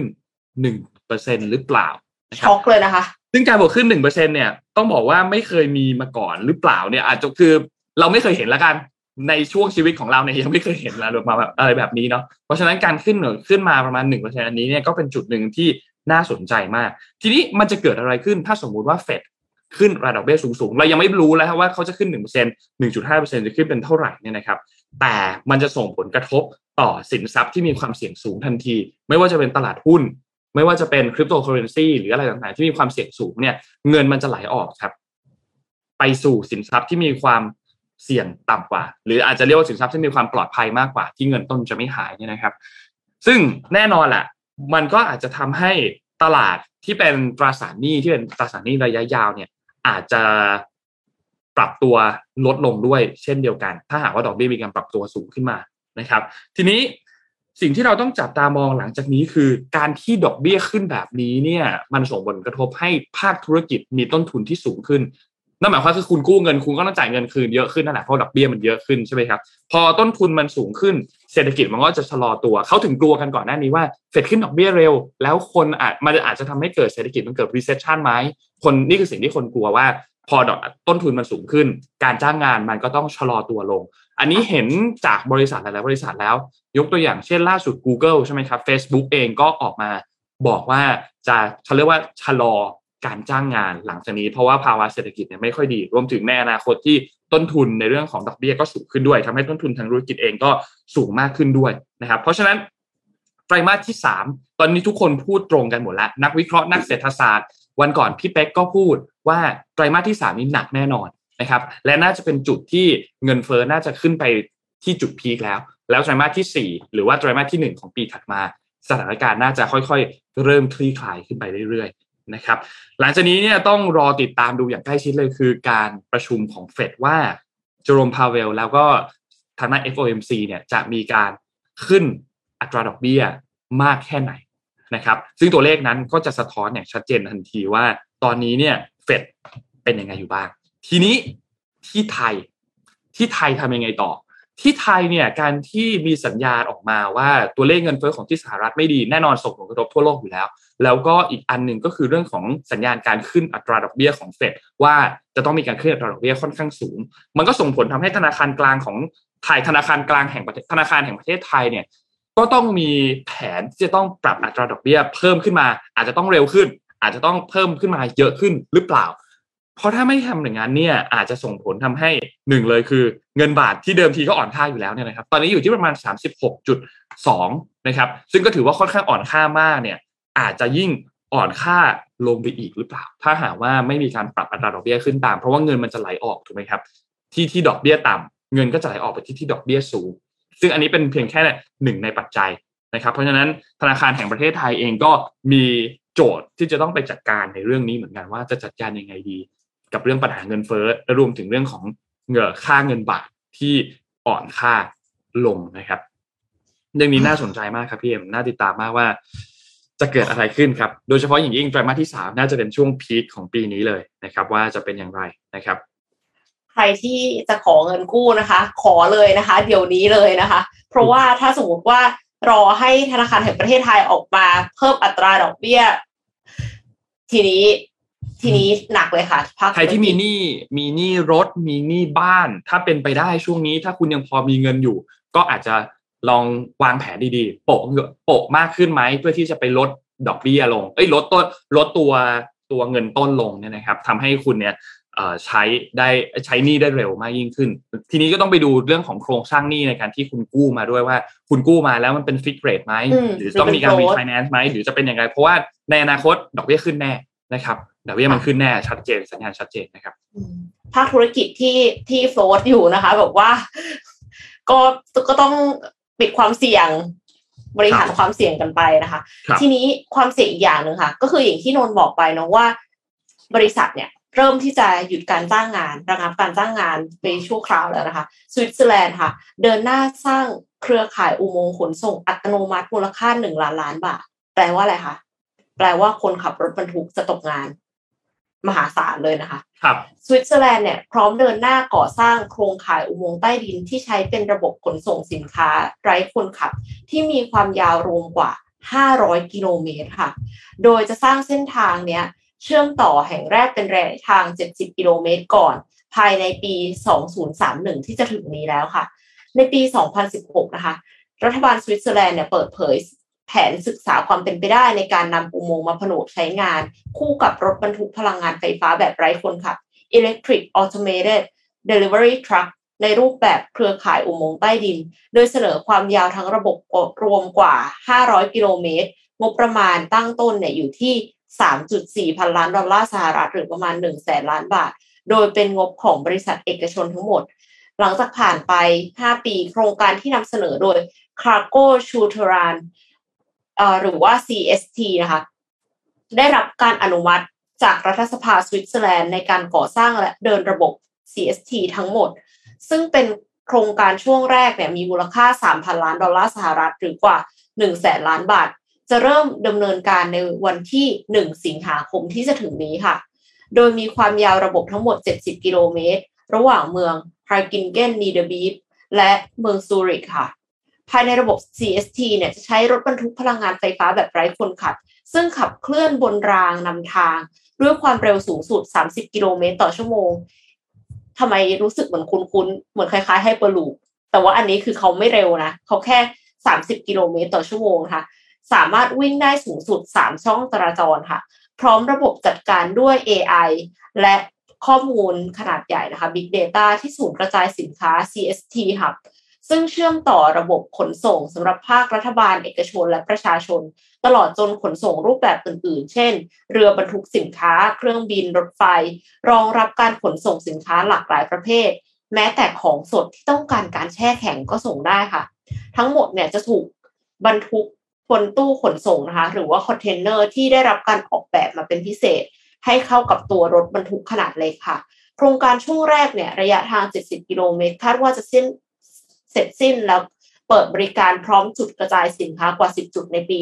1% หรือเปล่าช็อกเลยนะคะซึ่งการบวกขึ้น 1% เนี่ยต้องบอกว่าไม่เคยมีมาก่อนหรือเปล่าเนี่ยอาจจะคือเราไม่เคยเห็นละกันในช่วงชีวิตของเราเนี่ยยังไม่เคยเห็นอะไรแบบนี้เนาะเพราะฉะนั้นการขึ้นมาประมาณ 1% อันนี้เนี่ยก็เป็นจุดหนึ่งที่น่าสนใจมากทีนี้มันจะเกิดอะไรขึ้นถ้าสมมุติว่าเฟดขึ้นระดับดอกเบี้ยสูงๆเรายังไม่รู้แล้วว่าเขาจะขึ้น 1% 1.5% จะขึ้นเป็นเท่าไหร่เนี่ยนะครับแต่มันจะส่งผลกระทบต่อสินทรัพย์ที่มีความเสี่ยงสูงทันทีไม่ว่าจะเป็นตลาดหุ้นไม่ว่าจะเป็นคริปโตเคอเรนซีหรืออะไรต่างๆที่มีความเสี่ยงสูงเนี่ยเงินมันจะไหลออกครับไปสู่สินทรัพย์ที่มีความเสี่ยงต่ำกว่าหรืออาจจะเรียกว่าสินทรัพย์ที่มีความปลอดภัยมากกว่าที่เงินต้นจะไม่หายเนี่ยนะครับซึ่งแน่นอนแหละมันก็อาจจะทำให้ตลาดที่เป็นตราสารหนี้ที่เป็นตราสารหนี้ระยะยาวเนี่ยอาจจะปรับตัวลดลงด้วยเช่นเดียวกันถ้าหากว่าดอกเบี้ยมีการปรับตัวสูงขึ้นมานะครับทีนี้สิ่งที่เราต้องจับตามองหลังจากนี้คือการที่ดอกเบี้ยขึ้นแบบนี้เนี่ยมันส่งผลกระทบให้ภาคธุรกิจมีต้นทุนที่สูงขึ้นนั่นหมายความคือคุณกู้เงินคุณก็ต้องจ่ายเงินคืนเยอะขึ้นนั่นแหละเพราะดอกเบี้ยมันเยอะขึ้นใช่ไหมครับพอต้นทุนมันสูงขึ้นเศรษฐกิจมันก็จะชะลอตัวเขาถึงกลัวกันก่อนหน้านี้ว่าเฟดขึ้นดอกเบี้ยเร็วแล้วคนอาจจะทำให้เกิดเศรษฐกิจมันเกิด recession ไหมคนนี่คือสิ่งที่คนกลัวว่าพอต้นทุนมันสูงขึ้นการจ้างงานมันก็ต้องชะลอตัวลงอันนี้เห็นจากบริษัทหลายๆบริษัทแล้วยกตัวอย่างเช่นล่าสุด Google ใช่ไหมครับ Facebook เองก็ออกมาบอกว่าเขาเรียกว่าชะลอการจ้างงานหลังจากนี้เพราะว่าภาวะเศรษฐกิจเนี่ยไม่ค่อยดีรวมถึงในอนาคตที่ต้นทุนในเรื่องของดอกเบี้ยก็สูงขึ้นด้วยทำให้ต้นทุนทางธุรกิจเองก็สูงมากขึ้นด้วยนะครับเพราะฉะนั้นไตรมาสที่3ตอนนี้ทุกคนพูดตรงกันหมดแล้วนักวิเคราะห์นักเศรษฐศาสตร์วันก่อนพี่เป๊กก็พูดว่าไตรมาสที่3นี้หนักแน่นอนนะครับและน่าจะเป็นจุดที่เงินเฟ้อน่าจะขึ้นไปที่จุดพีคแล้วไตรมาสที่4หรือว่าไตรมาสที่1ของปีถัดมาสถานการณ์น่าจะค่อยๆเริ่มคลี่คลายขึ้นไปเรื่อยๆนะครับหลังจากนี้เนี่ยต้องรอติดตามดูอย่างใกล้ชิดเลยคือการประชุมของเฟดว่าเจอโรมพาเวลแล้วก็ทางด้าน FOMC เนี่ยจะมีการขึ้นอัตราดอกเบี้ยมากแค่ไหนนะครับซึ่งตัวเลขนั้นก็จะสะท้อนอย่างชัดเจนทันทีว่าตอนนี้เนี่ยเฟดเป็นยังไงอยู่บ้างทีนี้ที่ไทยทำยังไงต่อที่ไทยเนี่ยการที่มีสัญญาณออกมาว่าตัวเลขเงินเฟ้อของที่สหรัฐไม่ดีแน่นอนส่งผลกระทบทั่วโลกอยู่แล้วก็อีกอันนึงก็คือเรื่องของสัญญาณการขึ้นอัตราดอกเบี้ยของเฟดว่าจะต้องมีการขึ้นอัตราดอกเบี้ยค่อนข้างสูงมันก็ส่งผลทำให้ธนาคารกลางของไทยธนาคารกลางแห่งธนาคารแห่งประเทศไทยเนี่ยก็ต้องมีแผนที่จะต้องปรับอัตราดอกเบี้ยเพิ่มขึ้นมาอาจจะต้องเร็วขึ้นอาจจะต้องเพิ่มขึ้นมาเยอะขึ้นหรือเปล่าเพราะถ้าไม่ทำอย่างนั้นเนี่ยอาจจะส่งผลทำให้หนึ่งเลยคือเงินบาทที่เดิมทีก็อ่อนค่าอยู่แล้วเนี่ยนะครับตอนนี้อยู่ที่ประมาณ 36.2 นะครับซึ่งก็ถือว่าค่อนข้างอ่อนค่ามากเนี่ยอาจจะยิ่งอ่อนค่าลงไปอีกหรือเปล่าถ้าหากว่าไม่มีการปรับอัตราดอกเบี้ยขึ้นตามเพราะว่าเงินมันจะไหลออกถูกไหมครับที่ดอกเบี้ยต่ำเงินก็จะไหลออกไปที่ดอกเบี้ยสูงซึ่งอันนี้เป็นเพียงแค่หนึ่งในปัจจัยนะครับเพราะฉะนั้นธนาคารแห่งประเทศไทยเองก็มีโจทย์ที่จะต้องไปจัดการในเรื่องนี้เหมือนกันว่าจะจัดการยังไงดีกับเรื่องปัญหาเงินเฟ้อและรวมถึงเรื่องของค่าเงินบาทที่อ่อนค่าลงนะครับเรื่องนี้น่าสนใจมากครับพี่เอ็มน่าติดตามมากว่าจะเกิดอะไรขึ้นครับโดยเฉพาะอย่างยิ่งไตรมาสที่3น่าจะเป็นช่วงพีคของปีนี้เลยนะครับว่าจะเป็นอย่างไรนะครับใครที่จะขอเงินกู้นะคะขอเลยนะคะเดี๋ยวนี้เลยนะคะเพราะว่าถ้าสมมติว่ารอให้ธนาคารแห่งประเทศไทยออกมาเพิ่มอัตราดอกเบี้ยทีนี้หนักเลยค่ะใครที่มีหนี้รถมีหนี้บ้านถ้าเป็นไปได้ช่วงนี้ถ้าคุณยังพอมีเงินอยู่ก็อาจจะลองวางแผนดีๆโปะมากขึ้นไหมเพื่อที่จะไปลดดอกเบี้ยลงลดตัวเงินต้นลงเนี่ยนะครับทำให้คุณเนี่ยใช้หนี้ได้เร็วมากยิ่งขึ้นทีนี้ก็ต้องไปดูเรื่องของโครงสร้างหนี้ในการที่คุณกู้มาด้วยว่าคุณกู้มาแล้วมันเป็นฟิกเรทไหมหรือต้องมีการรีไฟแนนซ์ไหมหรือจะเป็นยังไงเพราะว่าในอนาคตดอกเบี้ยขึ้นแน่นะครับดอกเบี้ยมันขึ้นแน่ชัดเจนสัญญาณชัดเจนนะครับภาคธุรกิจที่โฟลว์อยู่นะคะแบบว่าก็ต้องปิดความเสี่ยงบริหารความเสี่ยงกันไปนะคะทีนี้ความเสี่ยงอีกอย่างนึงค่ะก็คืออย่างที่นนท์บอกไปเนาะว่าบริษัทเนี่ยเริ่มที่จะหยุดการจ้างงานระงับการจ้างงานไปชั่วคราวแล้วนะคะสวิตเซอร์แลนด์ค่ะเดินหน้าสร้างเครือข่ายอุโมงค์ขนส่งอัตโนมัติมูลค่า1 ล้านบาทแปลว่าอะไรคะแปลว่าคนขับรถบรรทุกจะตกงานมหาศาลเลยนะคะครับสวิตเซอร์แลนด์เนี่ยพร้อมเดินหน้าก่อสร้างโครงข่ายอุโมงค์ใต้ดินที่ใช้เป็นระบบขนส่งสินค้าไร้คนขับที่มีความยาวรวมกว่า500 กิโลเมตรค่ะโดยจะสร้างเส้นทางเนี้ยเชื่อมต่อแห่งแรกเป็นระยะทาง70 กิโลเมตรก่อนภายในปี2031ที่จะถึงนี้แล้วค่ะในปี2016นะคะรัฐบาลสวิตเซอร์แลนด์เนี่ยเปิดเผยแผนศึกษาความเป็นไปได้ในการนำอุโมงค์มาผนวกใช้งานคู่กับรถบรรทุกพลังงานไฟฟ้าแบบไร้คนขับ Electric Automated Delivery Truck ในรูปแบบเครือข่ายอุโมงค์ใต้ดินโดยเสนอความยาวทั้งระบบรวมกว่า500 กิโลเมตรงบประมาณตั้งต้นเนี่ยอยู่ที่ 3.4 พันล้านดอลลาร์สหรัฐหรือประมาณ 100,000 ล้านบาทโดยเป็นงบของบริษัทเอกชนทั้งหมดหลังจากผ่านไป5ปีโครงการที่นำเสนอโดย Cargo Schuteranหรือว่า CST นะคะได้รับการอนุมัติจากรัฐสภาสวิตเซอร์แลนด์ในการก่อสร้างและเดินระบบ CST ทั้งหมดซึ่งเป็นโครงการช่วงแรกเนี่ยมีมูลค่า 3,000 ล้านดอลลาร์สหรัฐหรือกว่า 100,000 ล้านบาทจะเริ่มดำเนินการในวันที่1 สิงหาคมที่จะถึงนี้ค่ะโดยมีความยาวระบบทั้งหมด70 กิโลเมตรระหว่างเมืองฮาร์กินเกนนีเดอร์บีฟและเมืองซูริกค่ะภายในระบบ CST เนี่ยจะใช้รถบรรทุกพลังงานไฟฟ้าแบบไร้คนขับซึ่งขับเคลื่อนบนรางนำทางด้วยความเร็วสูงสุด30 กิโลเมตรต่อชั่วโมงทำไมรู้สึกเหมือนคุ้นๆเหมือนคล้ายๆไฮเปอร์ลูปแต่ว่าอันนี้คือเขาไม่เร็วนะเขาแค่30 กิโลเมตรต่อชั่วโมงค่ะสามารถวิ่งได้สูงสุด3 ช่องจราจรค่ะพร้อมระบบจัดการด้วย AI และข้อมูลขนาดใหญ่นะคะ Big Data ที่ศูนย์กระจายสินค้า CST Hub ซึ่งเชื่อมต่อระบบขนส่งสำหรับภาครัฐบาลเอกชนและประชาชนตลอดจนขนส่งรูปแบบอื่นๆเช่นเรือบรรทุกสินค้าเครื่องบินรถไฟรองรับการขนส่งสินค้าหลากหลายประเภทแม้แต่ของสดที่ต้องการการแช่แข็งก็ส่งได้ค่ะทั้งหมดเนี่ยจะถูกบรรทุกบนตู้ขนส่งนะคะหรือว่าคอนเทนเนอร์ที่ได้รับการออกแบบมาเป็นพิเศษให้เข้ากับตัวรถบรรทุกขนาดเล็กค่ะโครงการช่วงแรกเนี่ยระยะทาง70 กิโลเมตรคาดว่าจะเสร็จสิ้นแล้วเปิดบริการพร้อมจุดกระจายสินค้ากว่า10 จุดในปี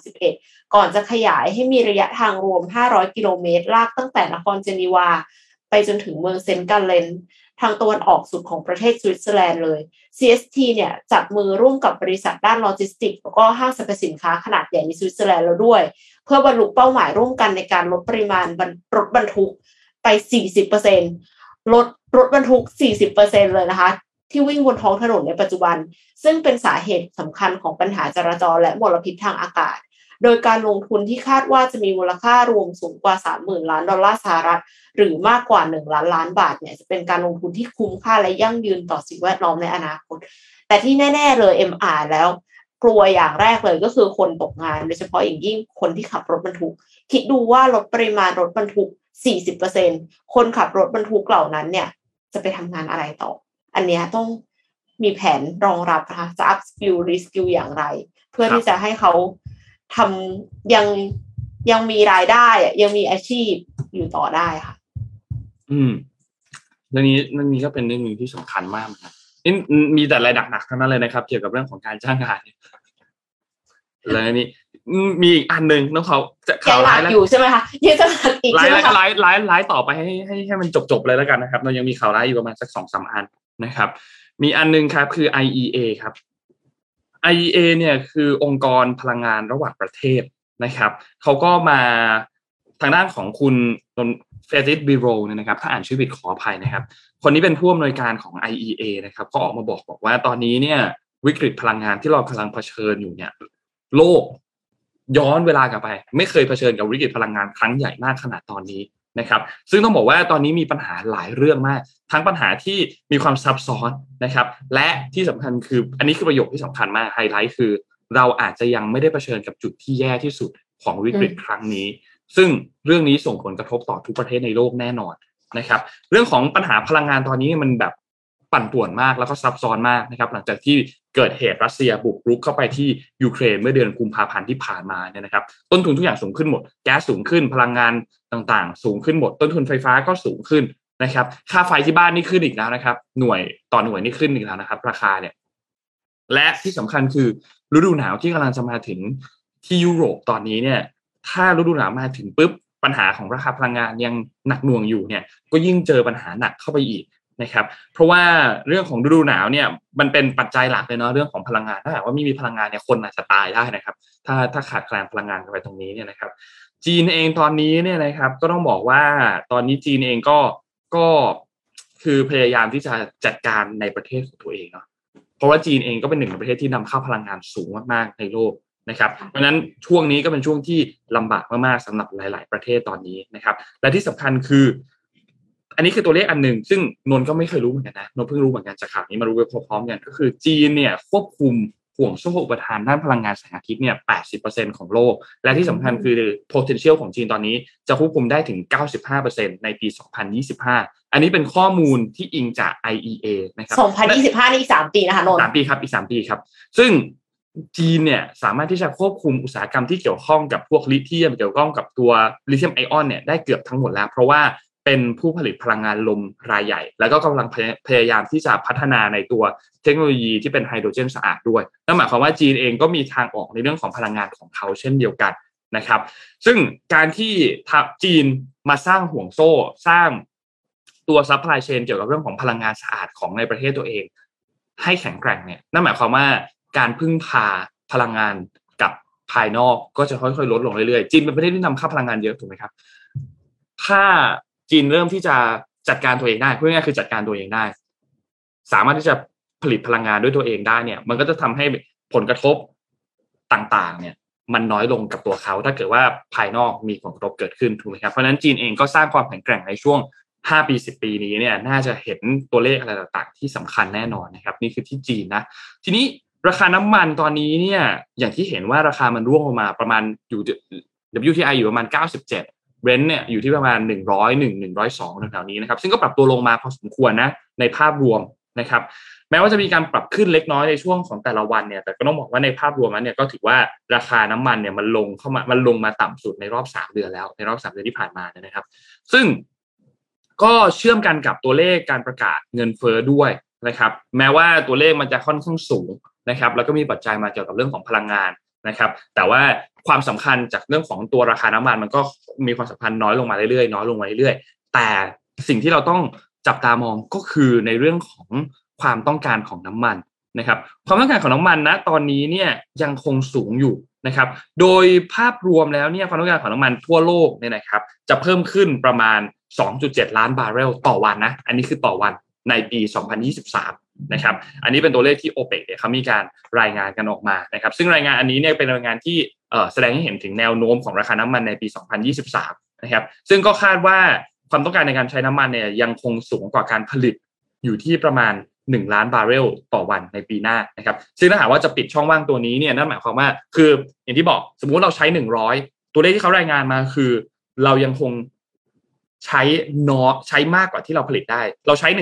2031ก่อนจะขยายให้มีระยะทางรวม500 กิโลเมตรลากตั้งแต่นครเจนีวาไปจนถึงเมืองเซนต์กัลเลนทางตะวันออกสุดของประเทศสวิตเซอร์แลนด์เลย CST เนี่ยจับมือร่วมกับบริษัทด้านโลจิสติกส์แล้วก็ห้างสรรพสินค้าขนาดใหญ่ในสวิตเซอร์แลนด์แล้วด้วยเพื่อบรรลุเป้าหมายร่วมกันในการลดปริมาณรถบรรทุกไป 40% ลดบรรทุก 40% เลยนะคะที่วิ่งบนท้องถนนในปัจจุบันซึ่งเป็นสาเหตุสำคัญของปัญหาจราจรและมลพิษทางอากาศโดยการลงทุนที่คาดว่าจะมีมูลค่ารวมสูงกว่า 30,000 ล้านดอลลาร์สหรัฐหรือมากกว่า1ล้านล้านบาทเนี่ยจะเป็นการลงทุนที่คุ้มค่าและยั่งยืนต่อสิ่งแวดล้อมในอนาคตแต่ที่แน่ๆเลย MR แล้วกลัวอย่างแรกเลยก็คือคนตกงานโดยเฉพาะอย่างยิ่งคนที่ขับรถบรรทุกคิดดูว่าลดปริมาณรถบรรทุก 40% คนขับรถบรรทุกเหล่านั้นเนี่ยจะไปทำงานอะไรต่ออันเนี้ยต้องมีแผนรองรับนะคะจะ up skill reskill อย่างไรเพื่อที่จะให้เขาทำยังมีรายได้ยังมีอาชีพอยู่ต่อได้ค่ะเรื่องนี้ก็เป็นเรื่องนึงที่สำคัญมากนะนี่มีแต่รายหนักๆทั้งนั้นเลยนะครับเกี่ยวกับเรื่องของการจ้างงานแล้วนี่มีอีกอันนึงน้องเขาจะข่าวร้ายแล้วอยู่ใช่ไหมคะยังจะอีกใช่ไหมคะไลฟ์ต่อไปให้มันจบเลยแล้วกันนะครับเรายังมีข่าวร้ายอยู่ประมาณสัก 2-3 อันนะครับมีอันนึงครับคือ IEA ครับ IEA เนี่ยคือองค์กรพลังงานระหว่างประเทศนะครับเขาก็มาทางด้านของคุณเฟรดิกบิโรเนี่ยนะครับถ้าอ่านชื่อผิดขออภัยนะครับคนนี้เป็นผู้อำนวยการของ IEA นะครับก็ออกมาบอกว่าตอนนี้เนี่ยวิกฤตพลังงานที่เรากำลังเผชิญอยู่เนี่ยโลกย้อนเวลากลับไปไม่เคยเผชิญกับวิกฤตพลังงานครั้งใหญ่มากขนาดตอนนี้นะครับซึ่งต้องบอกว่าตอนนี้มีปัญหาหลายเรื่องมากทั้งปัญหาที่มีความซับซ้อนนะครับและที่สำคัญคืออันนี้คือประโยคที่สำคัญมากไฮไลท์คือเราอาจจะยังไม่ได้เผชิญกับจุดที่แย่ที่สุดของวิกฤตครั้งนี้ซึ่งเรื่องนี้ส่งผลกระทบต่อทุกประเทศในโลกแน่นอนนะครับเรื่องของปัญหาพลังงานตอนนี้มันแบบปั่นป่วนมากแล้วก็ซับซ้อนมากนะครับหลังจากที่เกิดเหตุรัสเซียบุกรุกเข้าไปที่ยูเครนเมื่อเดือนกุมภาพันธ์ที่ผ่านมาเนี่ยนะครับต้นทุนทุกอย่างสูงขึ้นหมดแก๊สสูงขึ้นพลังงานต่างๆสูงขึ้นหมดต้นทุนไฟฟ้าก็สูงขึ้นนะครับค่าไฟที่บ้านนี่ขึ้นอีกแล้วนะครับหน่วยต่อหน่วยนี่ขึ้นอีกแล้วนะครับราคาเนี่ยและที่สำคัญคือฤดูหนาวที่กำลังจะมาถึงที่ยุโรปตอนนี้เนี่ยถ้าฤดูหนาวมาถึงปุ๊บปัญหาของราคาพลังงานยังหนักหน่วงอยู่เนี่ยก็ยิ่งเจอปัญหาหนักเข้าไปอีกนะครับเพราะว่าเรื่องของฤดูหนาวเนี่ยมันเป็นปัจจัยหลักเลยเนาะเรื่องของพลังงานถ้าหากว่าไม่มีพลังงานเนี่ยคนอาจจะตายได้นะครับถ้าขาดแคลนพลังงานไปตรงนี้เนี่ยนะครับจีนเองตอนนี้เนี่ยนะครับก็ต้องบอกว่าตอนนี้จีนเองก็คือพยายามที่จะจัดการในประเทศของตัวเองเนาะเพราะว่าจีนเองก็เป็นหนึ่งในประเทศที่นำเข้าพลังงานสูงมากๆในโลกนะครับเพราะฉะนั้นช่วงนี้ก็เป็นช่วงที่ลำบากมากๆสำหรับหลายๆประเทศตอนนี้นะครับและที่สำคัญคืออันนี้คือตัวเลขอันหนึ่งซึ่งนนท์ก็ไม่เคยรู้เหมือนกันนะนนท์เพิ่งรู้เหมือนกันจากข่าวนี้มารู้ไปพร้อมๆกันก็คือจีนเนี่ยควบคุมห่วงโซ่อุปทานด้านพลังงานแสงอาทิตย์เนี่ย 80% ของโลกและที่สำคัญคือ potential ของจีนตอนนี้จะควบคุมได้ถึง 95% ในปี 2025 อันนี้เป็นข้อมูลที่อิงจาก IEA นะครับ 2025นี่อีก3ปีนะคะนนท์ 3ปีครับอีก3ปีครับซึ่งจีนเนี่ยสามารถที่จะควบคุมอุตสาหกรรมที่เกี่ยวข้องกับพวกลิเธียมเกี่ยวข้องกับตัวลิเธียมไอออนเนี่ยได้เกือบทั้งหมดแล้วเพราะว่าเป็นผู้ผลิตพลังงานลมรายใหญ่แล้วก็กำลังพยายามที่จะพัฒนาในตัวเทคโนโลยีที่เป็นไฮโดรเจนสะอาดด้วยนั่นหมายความว่าจีนเองก็มีทางออกในเรื่องของพลังงานของเขาเช่นเดียวกันนะครับซึ่งการที่จีนมาสร้างห่วงโซ่สร้างตัวซัพพลายเชนเกี่ยวกับเรื่องของพลังงานสะอาดของในประเทศตัวเองให้แข็งแกร่งเนี่ยนั่นหมายความว่าการพึ่งพาพลังงานกับภายนอกก็จะค่อยๆลดลงเรื่อยๆจีนเป็นประเทศที่นำเข้าพลังงานเยอะถูกไหมครับถ้าจีนเริ่มที่จะจัดการตัวเองได้พูดง่ายๆคือจัดการตัวเองได้สามารถที่จะผลิตพลังงานด้วยตัวเองได้เนี่ยมันก็จะทำให้ผลกระทบต่างๆเนี่ยมันน้อยลงกับตัวเขาถ้าเกิดว่าภายนอกมีผลกระทบเกิดขึ้นถูกไหมครับเพราะฉะนั้นจีนเองก็สร้างความแข็งแกร่งในช่วง5 ปี 10 ปีนี้เนี่ยน่าจะเห็นตัวเลขอะไรต่างๆที่สำคัญแน่นอนนะครับนี่คือที่จีนนะทีนี้ราคาน้ำมันตอนนี้เนี่ยอย่างที่เห็นว่าราคามันร่วงลงมาประมาณอยู่ WTI อยู่ประมาณ97Brent เนี่ยอยู่ที่ประมาณ101-102แถวๆนี้นะครับซึ่งก็ปรับตัวลงมาพอสมควรนะในภาพรวมนะครับแม้ว่าจะมีการปรับขึ้นเล็กน้อยในช่วงของแต่ละวันเนี่ยแต่ก็ต้องบอกว่าในภาพรวมนั้นเนี่ยก็ถือว่าราคาน้ำมันเนี่ยมันลงมาต่ำสุดในรอบ3 เดือนแล้วในรอบ3 เดือนที่ผ่านมานะครับซึ่งก็เชื่อมกันกับตัวเลขการประกาศเงินเฟ้อด้วยนะครับแม้ว่าตัวเลขมันจะค่อนข้างสูงนะครับแล้วก็มีปัจจัยมาเกี่ยวกับเรื่องของพลังงานนะครับแต่ว่าความสำคัญจากเรื่องของตัวราคาน้ำมันมันก็มีความสัมพันธ์น้อยลงมาเรื่อยๆแต่สิ่งที่เราต้องจับตามองก็คือในเรื่องของความต้องการของน้ำมันนะครับความต้องการของน้ำมันนะตอนนี้เนี่ยยังคงสูงอยู่นะครับโดยภาพรวมแล้วเนี่ยความต้องการของน้ำมันทั่วโลกเนี่ยนะครับจะเพิ่มขึ้นประมาณ 2.7 ล้านบาร์เรลต่อวันนะอันนี้คือต่อวันในปี 2023 นะครับอันนี้เป็นตัวเลขที่ OPEC เนี่ยเขามีการรายงานกันออกมานะครับซึ่งรายงานอันนี้เนี่ยเป็นรายงานที่แสดงให้เห็นถึงแนวโน้มของราคาน้ำมันในปี 2023 นะครับซึ่งก็คาดว่าความต้องการในการใช้น้ำมันเนี่ยยังคงสูงกว่าการผลิตอยู่ที่ประมาณ1ล้านบาร์เรลต่อวันในปีหน้านะครับซึ่งถ้าหากว่าจะปิดช่องว่างตัวนี้เนี่ยนั่นหมายความว่าคืออย่างที่บอกสมมุติเราใช้100ตัวเลขที่เขารายงานมาคือเรายังคงใช้มากกว่าที่เราผลิตได้เราใช้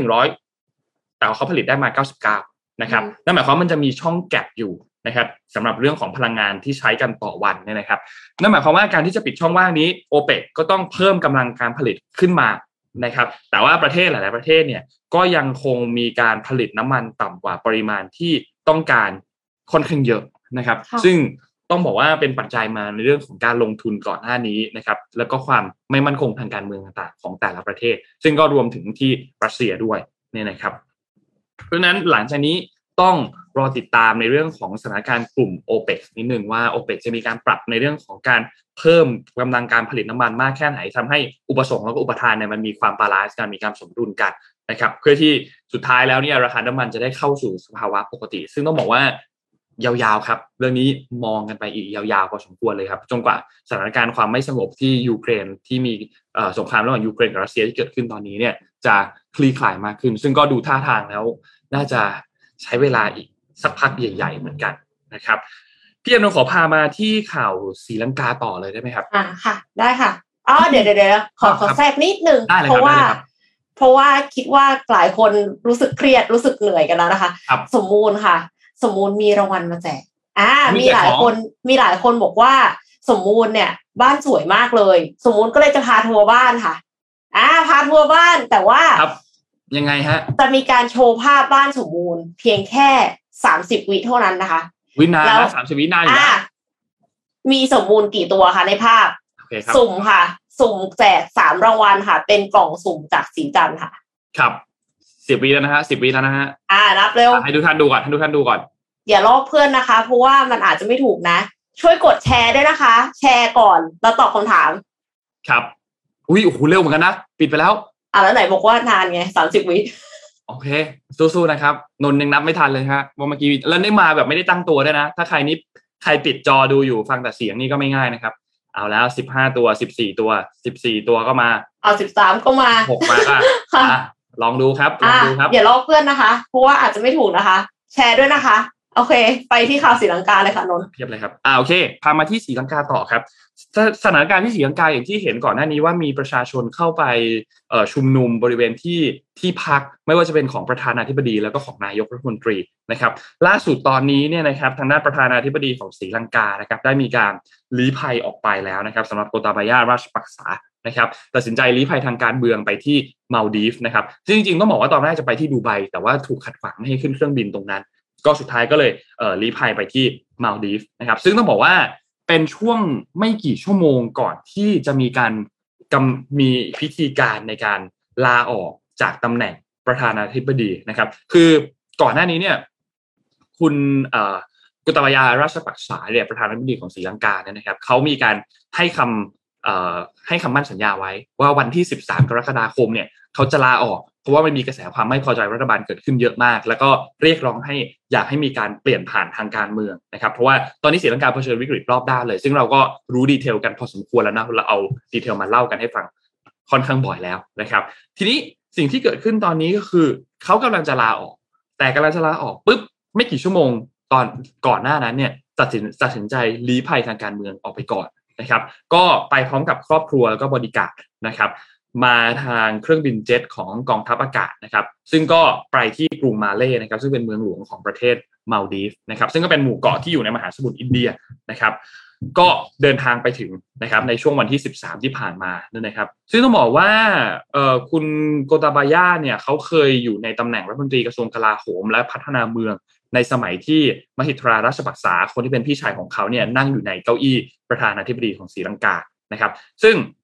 100แต่เขาผลิตได้มา99นะครับนั่นหมายความว่ามันจะมีช่องแก็ปอยู่นะครับสำหรับเรื่องของพลังงานที่ใช้กันต่อวันเนี่ยนะครับนั่นหมายความว่าการที่จะปิดช่องว่างนี้ OPEC ก็ต้องเพิ่มกำลังการผลิตขึ้นมานะครับแต่ว่าประเทศหลายๆประเทศเนี่ยก็ยังคงมีการผลิตน้ำมันต่ำกว่าปริมาณที่ต้องการค่อนข้างเยอะนะครับซึ่งต้องบอกว่าเป็นปัจจัยมาในเรื่องของการลงทุนก่อนหน้านี้นะครับแล้วก็ความไม่มั่นคงทางการเมืองต่างๆของแต่ละประเทศซึ่งก็รวมถึงที่รัสเซียด้วยเนี่ยนะครับเพราะฉะนั้นหลังจากนี้ต้องรอติดตามในเรื่องของสถานการณ์กลุ่ม OPEC นิดนึงว่า OPEC จะมีการปรับในเรื่องของการเพิ่มกำลังการผลิตน้ำมันมากแค่ไหนทำให้อุปสงค์แล้วก็อุปทานเนี่ยมันมีความบาลานซ์กันมีการสมดุลกันนะครับเพื่อที่สุดท้ายแล้วเนี่ยราคาน้ำมันจะได้เข้าสู่สภาวะปกติซึ่งต้องบอกว่ายาวๆครับเรื่องนี้มองกันไปอีกยาวๆพอสมควรเลยครับจนกว่าสถานการณ์ความไม่สงบที่ยูเครนที่มีสงครามระหว่างยูเครนกับรัสเซียที่เกิดขึ้นตอนนี้เนี่ยจะคลี่คลายมากขึ้นซึ่งก็ดูท่าทางแล้วน่าจะใช้เวลาอีกสักพักใหญ่ๆเหมือนกันนะครับพี่อนุขอพามาที่ข่าวศรีลังกาต่อเลยได้ไหมครับค่ะได้ค่ะเดี๋ยวขอแทรกนิดนึงเพราะว่าคิดว่าหลายคนรู้สึกเครียดรู้สึกเหนื่อยกันแล้วนะคะสมมูลค่ะสมมูลมีรางวัลมาแจกมีหลายคนบอกว่าสมมูลเนี่ยบ้านสวยมากเลยสมมูลก็เลยจะพาทัวร์บ้านค่ะพาทัวร์บ้านแต่ว่ายังไงฮะจะมีการโชว์ภาพบ้านสมมูลเพียงแค่30 วิเท่านั้นนะคะวินานนะ30 วินานอยู่นะมีสมมูลกี่ตัวคะในภาพ สุ่มค่ะสุ่มแจก3รางวัลค่ะเป็นกล่องสุ่มจากสีจันทร์ค่ะครับ10 วิแล้วนะฮะ10 วิแล้วนะฮะนับเร็วให้ทุกท่านดูก่อนอย่าลอกเพื่อนนะคะเพราะว่ามันอาจจะไม่ถูกนะช่วยกดแชร์ด้วยนะคะแชร์ก่อนแล้วตอบคำถามครับโอ้โหเร็วเหมือนกันนะปิดไปแล้วแล้วไหนบอกว่านานไง30 วิโอเคสู้ๆนะครับนนยังนับไม่ทันเลยฮะว่าเมื่อกี้แล้วได้มาแบบไม่ได้ตั้งตัวด้วยนะถ้าใครปิดจอดูอยู่ฟังแต่เสียงนี่ก็ไม่ง่ายนะครับเอาแล้ว15ตัว14ตัว14ตัวก็มา 13ก็มา 6มาก็ลองดูครับอย่าลอกเพื่อนนะคะเพราะว่าอาจจะไม่ถูกนะคะแชร์ด้วยนะคะโอเคไปที่ข่าวศรีลังกาเลยค่ะนนท์เพียบเลยครับโอเคพามาที่ศรีลังกาต่อครับสถานการณ์ที่ศรีลังกาอย่างที่เห็นก่อนหน้านี้ว่ามีประชาชนเข้าไปชุมนุมบริเวณที่พักไม่ว่าจะเป็นของประธานาธิบดีแล้วก็ของนายกรัฐมนตรีนะครับล่าสุดตอนนี้เนี่ยนะครับทางด้านประธานาธิบดีของศรีลังกานะครับได้มีการลี้ภัยออกไปแล้วนะครับสำหรับโกตาบายาราชปักษานะครับตัดสินใจลี้ภัยทางการเมืองไปที่มาลดีฟนะครับซึ่งจริงๆต้องบอกว่าตอนแรกจะไปที่ดูไบแต่ว่าถูกขัดขวางไม่ให้ขึ้นเครื่องบินตรงนั้นก็สุดท้ายก็เลยลี้ภัยไปที่มาลดีฟนะครับซึ่งต้องบอกว่าเป็นช่วงไม่กี่ชั่วโมงก่อนที่จะมีพิธีการในการลาออกจากตำแหน่งประธานาธิบดีนะครับคือก่อนหน้านี้เนี่ยคุณกุตบายาราชปักษาเนี่ยประธานาธิบดีของศรีลังกาเนี่ยนะครับเขามีการให้คำมั่นสัญญาไว้ว่าวันที่13กรกฎาคมเนี่ยเขาจะลาออกเพราะว่ามันมีกระแสความไม่พอใจรัฐบาลเกิดขึ้นเยอะมากแล้วก็เรียกร้องให้อยากให้มีการเปลี่ยนผ่านทางการเมืองนะครับเพราะว่าตอนนี้ศรีลังกาเผชิญวิกฤตรอบด้านเลยซึ่งเราก็รู้ดีเทลกันพอสมควรแล้วนะเราเอาดีเทลมาเล่ากันให้ฟังค่อนข้างบ่อยแล้วนะครับทีนี้สิ่งที่เกิดขึ้นตอนนี้ก็คือเขากำลังจะลาออกแต่กำลังจะลาออกปุ๊บไม่กี่ชั่วโมงก่อนหน้านั้นเนี่ยตัดสินใจลี้ภัยทางการเมืองออกไปก่อนนะครับก็ไปพร้อมกับครอบครัวแล้วก็บอดี้การ์ดนะครับมาทางเครื่องบินเจ็ตของกองทัพอากาศนะครับซึ่งก็ไปที่กรุงมาเลย์นะครับซึ่งเป็นเมืองหลวงของประเทศมาลดีฟนะครับซึ่งก็เป็นหมู่เกาะที่อยู่ในมหาสมุทรอินเดียนะครับก็เดินทางไปถึงนะครับในช่วงวันที่13ที่ผ่านมานั่นนะครับซึ่งต้องบอกว่าคุณโกตาบายาเนี่ยเขาเคยอยู่ในตำแหน่งรัฐมนตรีกระทรวงกลาโหมและพัฒนาเมืองในสมัยที่มหิทราราชปักษาคนที่เป็นพี่ชายของเขาเนี่ยนั่งอยู่ในเก้าอี้ประธานาธิบดีของศรีลังกานะครับซึ่ง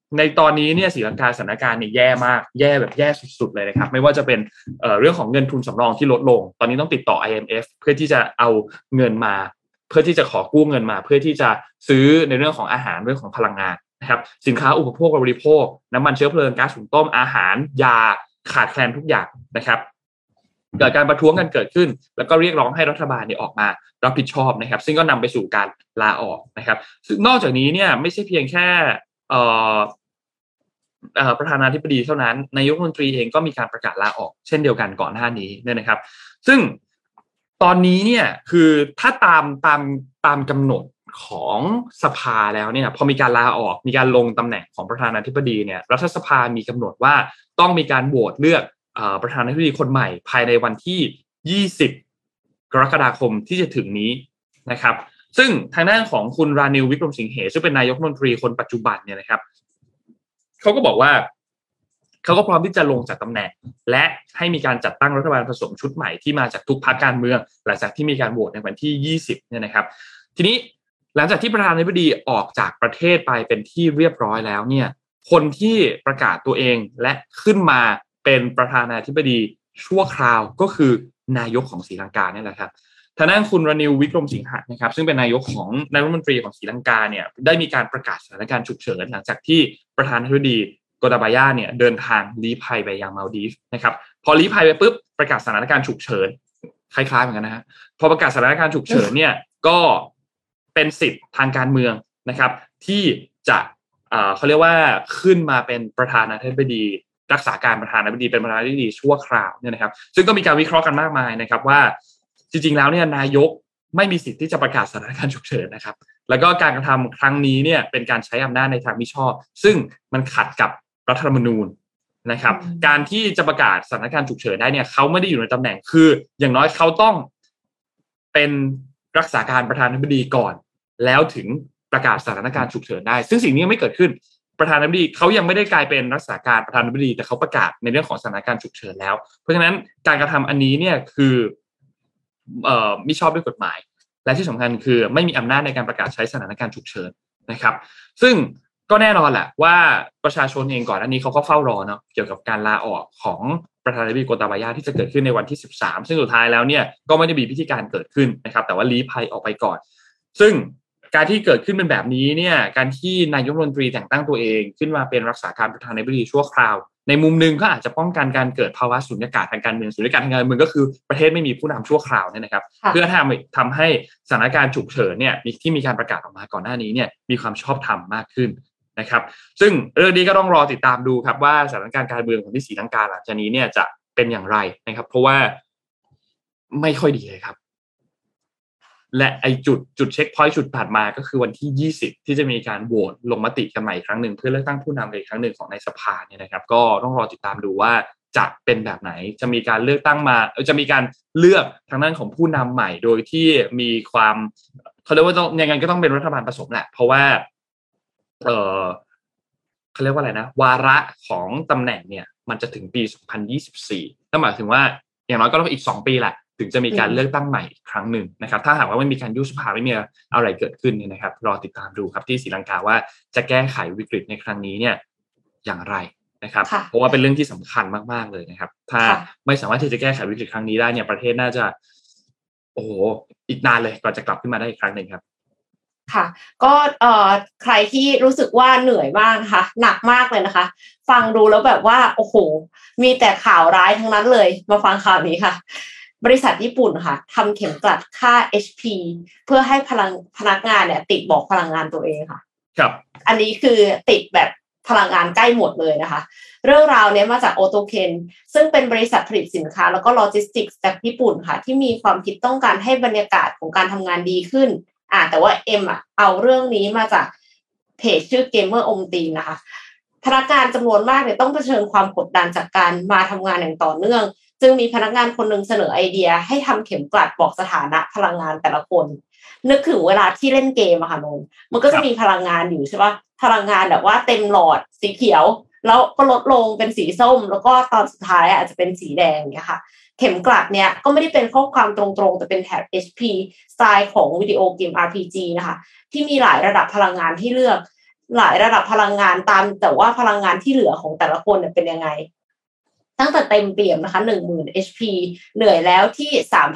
ในตอนนี้เนี่ยศรีลังกาสถานการณ์เนี่ยแย่มากแย่แบบแย่สุดๆเลยนะครับไม่ว่าจะเป็นเรื่องของเงินทุนสำรองที่ลดลงตอนนี้ต้องติดต่อ IMF เพื่อที่จะเอาเงินมาเพื่อที่จะขอกู้เงินมาเพื่อที่จะซื้อในเรื่องของอาหารเรื่องของพลังงานนะครับสินค้าอุปโภคบริโภคน้ำมันเชื้อเพลิงก๊าซหุงต้มอาหารยาขาดแคลนทุกอย่างนะครับเกิดการประท้วงกันเกิดขึ้นแล้วก็เรียกร้องให้รัฐบาลเนี่ยออกมารับผิดชอบนะครับซึ่งก็นำไปสู่การลาออกนะครับซึ่งนอกจากนี้เนี่ยไม่ใช่เพียงแค่ประธานาธิบดีเท่านั้นนายกรัฐมนตรีเองก็มีการประกาศลาออกเช่นเดียวกันก่อนหน้านี้เนี่ยนะครับซึ่งตอนนี้เนี่ยคือถ้าตามกำหนดของสภาแล้วเนี่ยพอมีการลาออกมีการลงตำแหน่งของประธานาธิบดีเนี่ยรัฐสภามีกำหนดว่าต้องมีการโหวตเลือกประธานาธิบดีคนใหม่ภายในวันที่20กรกฎาคมที่จะถึงนี้นะครับซึ่งทางด้านของคุณรานิล วิกรมสิงเหซึ่งเป็นนายกรัฐมนตรีคนปัจจุบันเนี่ยนะครับเขาก็บอกว่าเขาก็พร้อมที่จะลงจากตำแหน่งและให้มีการจัดตั้งรัฐบาลผสมชุดใหม่ที่มาจากทุกพรรคการเมืองหลังจากที่มีการโหวตในวันที่20เนี่ยนะครับทีนี้หลังจากที่ประธานาธิบดีออกจากประเทศไปเป็นที่เรียบร้อยแล้วเนี่ยคนที่ประกาศตัวเองและขึ้นมาเป็นประธานาธิบดีชั่วคราวก็คือนายกของศรีลังกาเนี่ยแหละครับทางด้านคุณรานิล วิกรมสิงหนะครับซึ่งเป็นนายกของนายกรัฐมนตรีของศรีลังกาเนี่ยได้มีการประกาศสถานการณ์ฉุกเฉินหลังจากที่ประธานาธิบดีโกตาบายาเนี่ยเดินทางลี้ภัยไปยังมาลดีฟส์นะครับพอลี้ภัยไปปุ๊บประกาศสถานการณ์ฉุกเฉินคล้ายๆเหมือนกันนะฮะพอประกาศสถานการณ์ฉุกเฉินเนี่ยก็เป็นสิทธิ์ทางการเมืองนะครับที่จะเขาเรียกว่าขึ้นมาเป็นประธานาธิบดีรักษาการประธานาธิบดีเป็นประธานาธิบดีชั่วคราวเนี่ยนะครับซึ่งก็มีการวิเคราะห์กันมากมายนะครับว่าจริงๆแล้วเนี่ยนายกไม่มีสิทธิ์ที่จะประกาศสถานการณ์ฉุกเฉินนะครับแล้วก็การกระทำครั้งนี้เนี่ยเป็นการใช้อำนาจในทางมิชอบซึ่งมันขัดกับรัฐธรรมนูญนะครับการที่จะประกาศสถานการณ์ฉุกเฉินได้เนี่ยเขาไม่ได้อยู่ในตำแหน่งคืออย่างน้อยเขาต้องเป็นรักษาการประธานาธิบดีก่อนแล้วถึงประกาศสถานการณ์ฉุกเฉินได้ซึ่งสิ่งนี้ยังไม่เกิดขึ้นประธานาธิบดีเขายังไม่ได้กลายเป็นรักษาการประธานาธิบดีแต่เขาประกาศในเรื่องของสถานการณ์ฉุกเฉินแล้วเพราะฉะนั้นการกระทำอันนี้เนี่ยคือมิชอบด้วยกฎหมายและที่สำคัญคือไม่มีอำนาจในการประกาศใช้สถานการณ์ฉุกเฉินนะครับซึ่งก็แน่นอนแหละว่าประชาชนเองก่อนอันนี้เขาก็เฝ้ารอเนาะเกี่ยวกับการลาออกของประธานาธิบดีโกตาบายาที่จะเกิดขึ้นในวันที่13ซึ่งสุดท้ายแล้วเนี่ยก็ไม่ได้มีพิธีการเกิดขึ้นนะครับแต่ว่าลี้ภัยออกไปก่อนซึ่งการที่เกิดขึ้นเป็นแบบนี้เนี่ยการที่นายกรัฐมนตรีแต่งตั้งตัวเองขึ้นมาเป็นรักษาการประธานาธิบดีชั่วคราวในมุมนึงก็อาจจะป้องกันการเกิดภาวะสุญญากาศทางการเมืองสุญญากาศทางการเมืองก็คือประเทศไม่มีผู้นำชั่วคราวเนี่ยนะครับเพื่อทำให้สถานการณ์ฉุกเฉินเนี่ยที่มีการประกาศออกมาก่อนหน้านี้เนี่ยมีความชอบธรรมมากขึ้นนะครับซึ่งเรื่องนี้ก็ต้องรอติดตามดูครับว่าสถานการณ์การเมืองของที่ศรีลังกาหลังจากนี้เนี่ยจะเป็นอย่างไรนะครับเพราะว่าไม่ค่อยดีเลยครับและไอจุดเช็คพอยต์จุดผ่านมาก็คือวันที่20ที่จะมีการโหวตลงมติกันใหม่อีกครั้งหนึ่งเพื่อเลือกตั้งผู้นำอีกครั้งหนึ่งของในสภาเนี่ยนะครับก็ต้องรอติดตามดูว่าจะเป็นแบบไหนจะมีการเลือกตั้งมาจะมีการเลือกทางด้านของผู้นำใหม่โดยที่มีความเขาเรียกว่าต้องยังไงก็ต้องเป็นรัฐบาลผสมแหละเพราะว่าเขาเรียกว่าอะไรนะวาระของตำแหน่งเนี่ยมันจะถึงปี2024นั่นหมายถึงว่าอย่างน้อยก็ต้องอีก2 ปีแหละถึงจะมีการเลือกตั้งใหม่อีกครั้งหนึ่งนะครับถ้าหากว่าไม่มีการยุบสภาไม่มีอะไรเกิดขึ้นเนี่ยนะครับรอติดตามดูครับที่ศรีลังกาว่าจะแก้ไขวิกฤตในครั้งนี้เนี่ยอย่างไรนะครับเพราะว่าเป็นเรื่องที่สำคัญมากๆเลยนะครับถ้าไม่สามารถที่จะแก้ไขวิกฤตครั้งนี้ได้เนี่ยประเทศน่าจะโอ้โหอีกนานเลยกว่าจะกลับขึ้นมาได้อีกครั้งหนึ่งครับค่ะก็ใครที่รู้สึกว่าเหนื่อยมากนะคะหนักมากเลยนะคะฟังดูแล้วแบบว่าโอ้โหมีแต่ข่าวร้ายทั้งนั้นเลยมาฟังข่าวนี้ค่ะบริษัทญี่ปุ่นค่ะทำเข็มกลัดค่า HP เพื่อให้พนักงานเนี่ยติดบอกพลังงานตัวเองค่ะครับอันนี้คือติดแบบพลังงานใกล้หมดเลยนะคะเรื่องราวนี้มาจากโอโตเคนซึ่งเป็นบริษัทผลิตสินค้าแล้วก็โลจิสติกส์จากญี่ปุ่นค่ะที่มีความคิดต้องการให้บรรยากาศของการทำงานดีขึ้นแต่ว่าเอ็มเอาเรื่องนี้มาจากเพจชื่อ Gamer Om Team นะคะพนักงานจำนวนมากเนี่ยต้องเผชิญความกดดันจากการมาทำงานอย่างต่อเนื่องจึงมีพนักงานคนหนึ่งเสนอไอเดียให้ทำเข็มกลัดบอกสถานะพลังงานแต่ละคนนึกถึงเวลาที่เล่นเกมอะค่ะนนท์มันก็จะมีพลังงานอยู่ใช่ป่ะพลังงานแบบว่าเต็มหลอดสีเขียวแล้วก็ลดลงเป็นสีส้มแล้วก็ตอนสุดท้ายอาจจะเป็นสีแดงเนี่ยค่ะเข็มกลัดเนี่ยก็ไม่ได้เป็นข้อความตรงๆแต่เป็นแถบ HP สไตล์ของวิดีโอเกม RPG นะคะที่มีหลายระดับพลังงานที่เลือกหลายระดับพลังงานตามแต่ว่าพลังงานที่เหลือของแต่ละคนเนี่ยเป็นยังไงตั้งแต่เต็มเปี่ยมนะคะ 10,000 HP เหนื่อยแล้วที่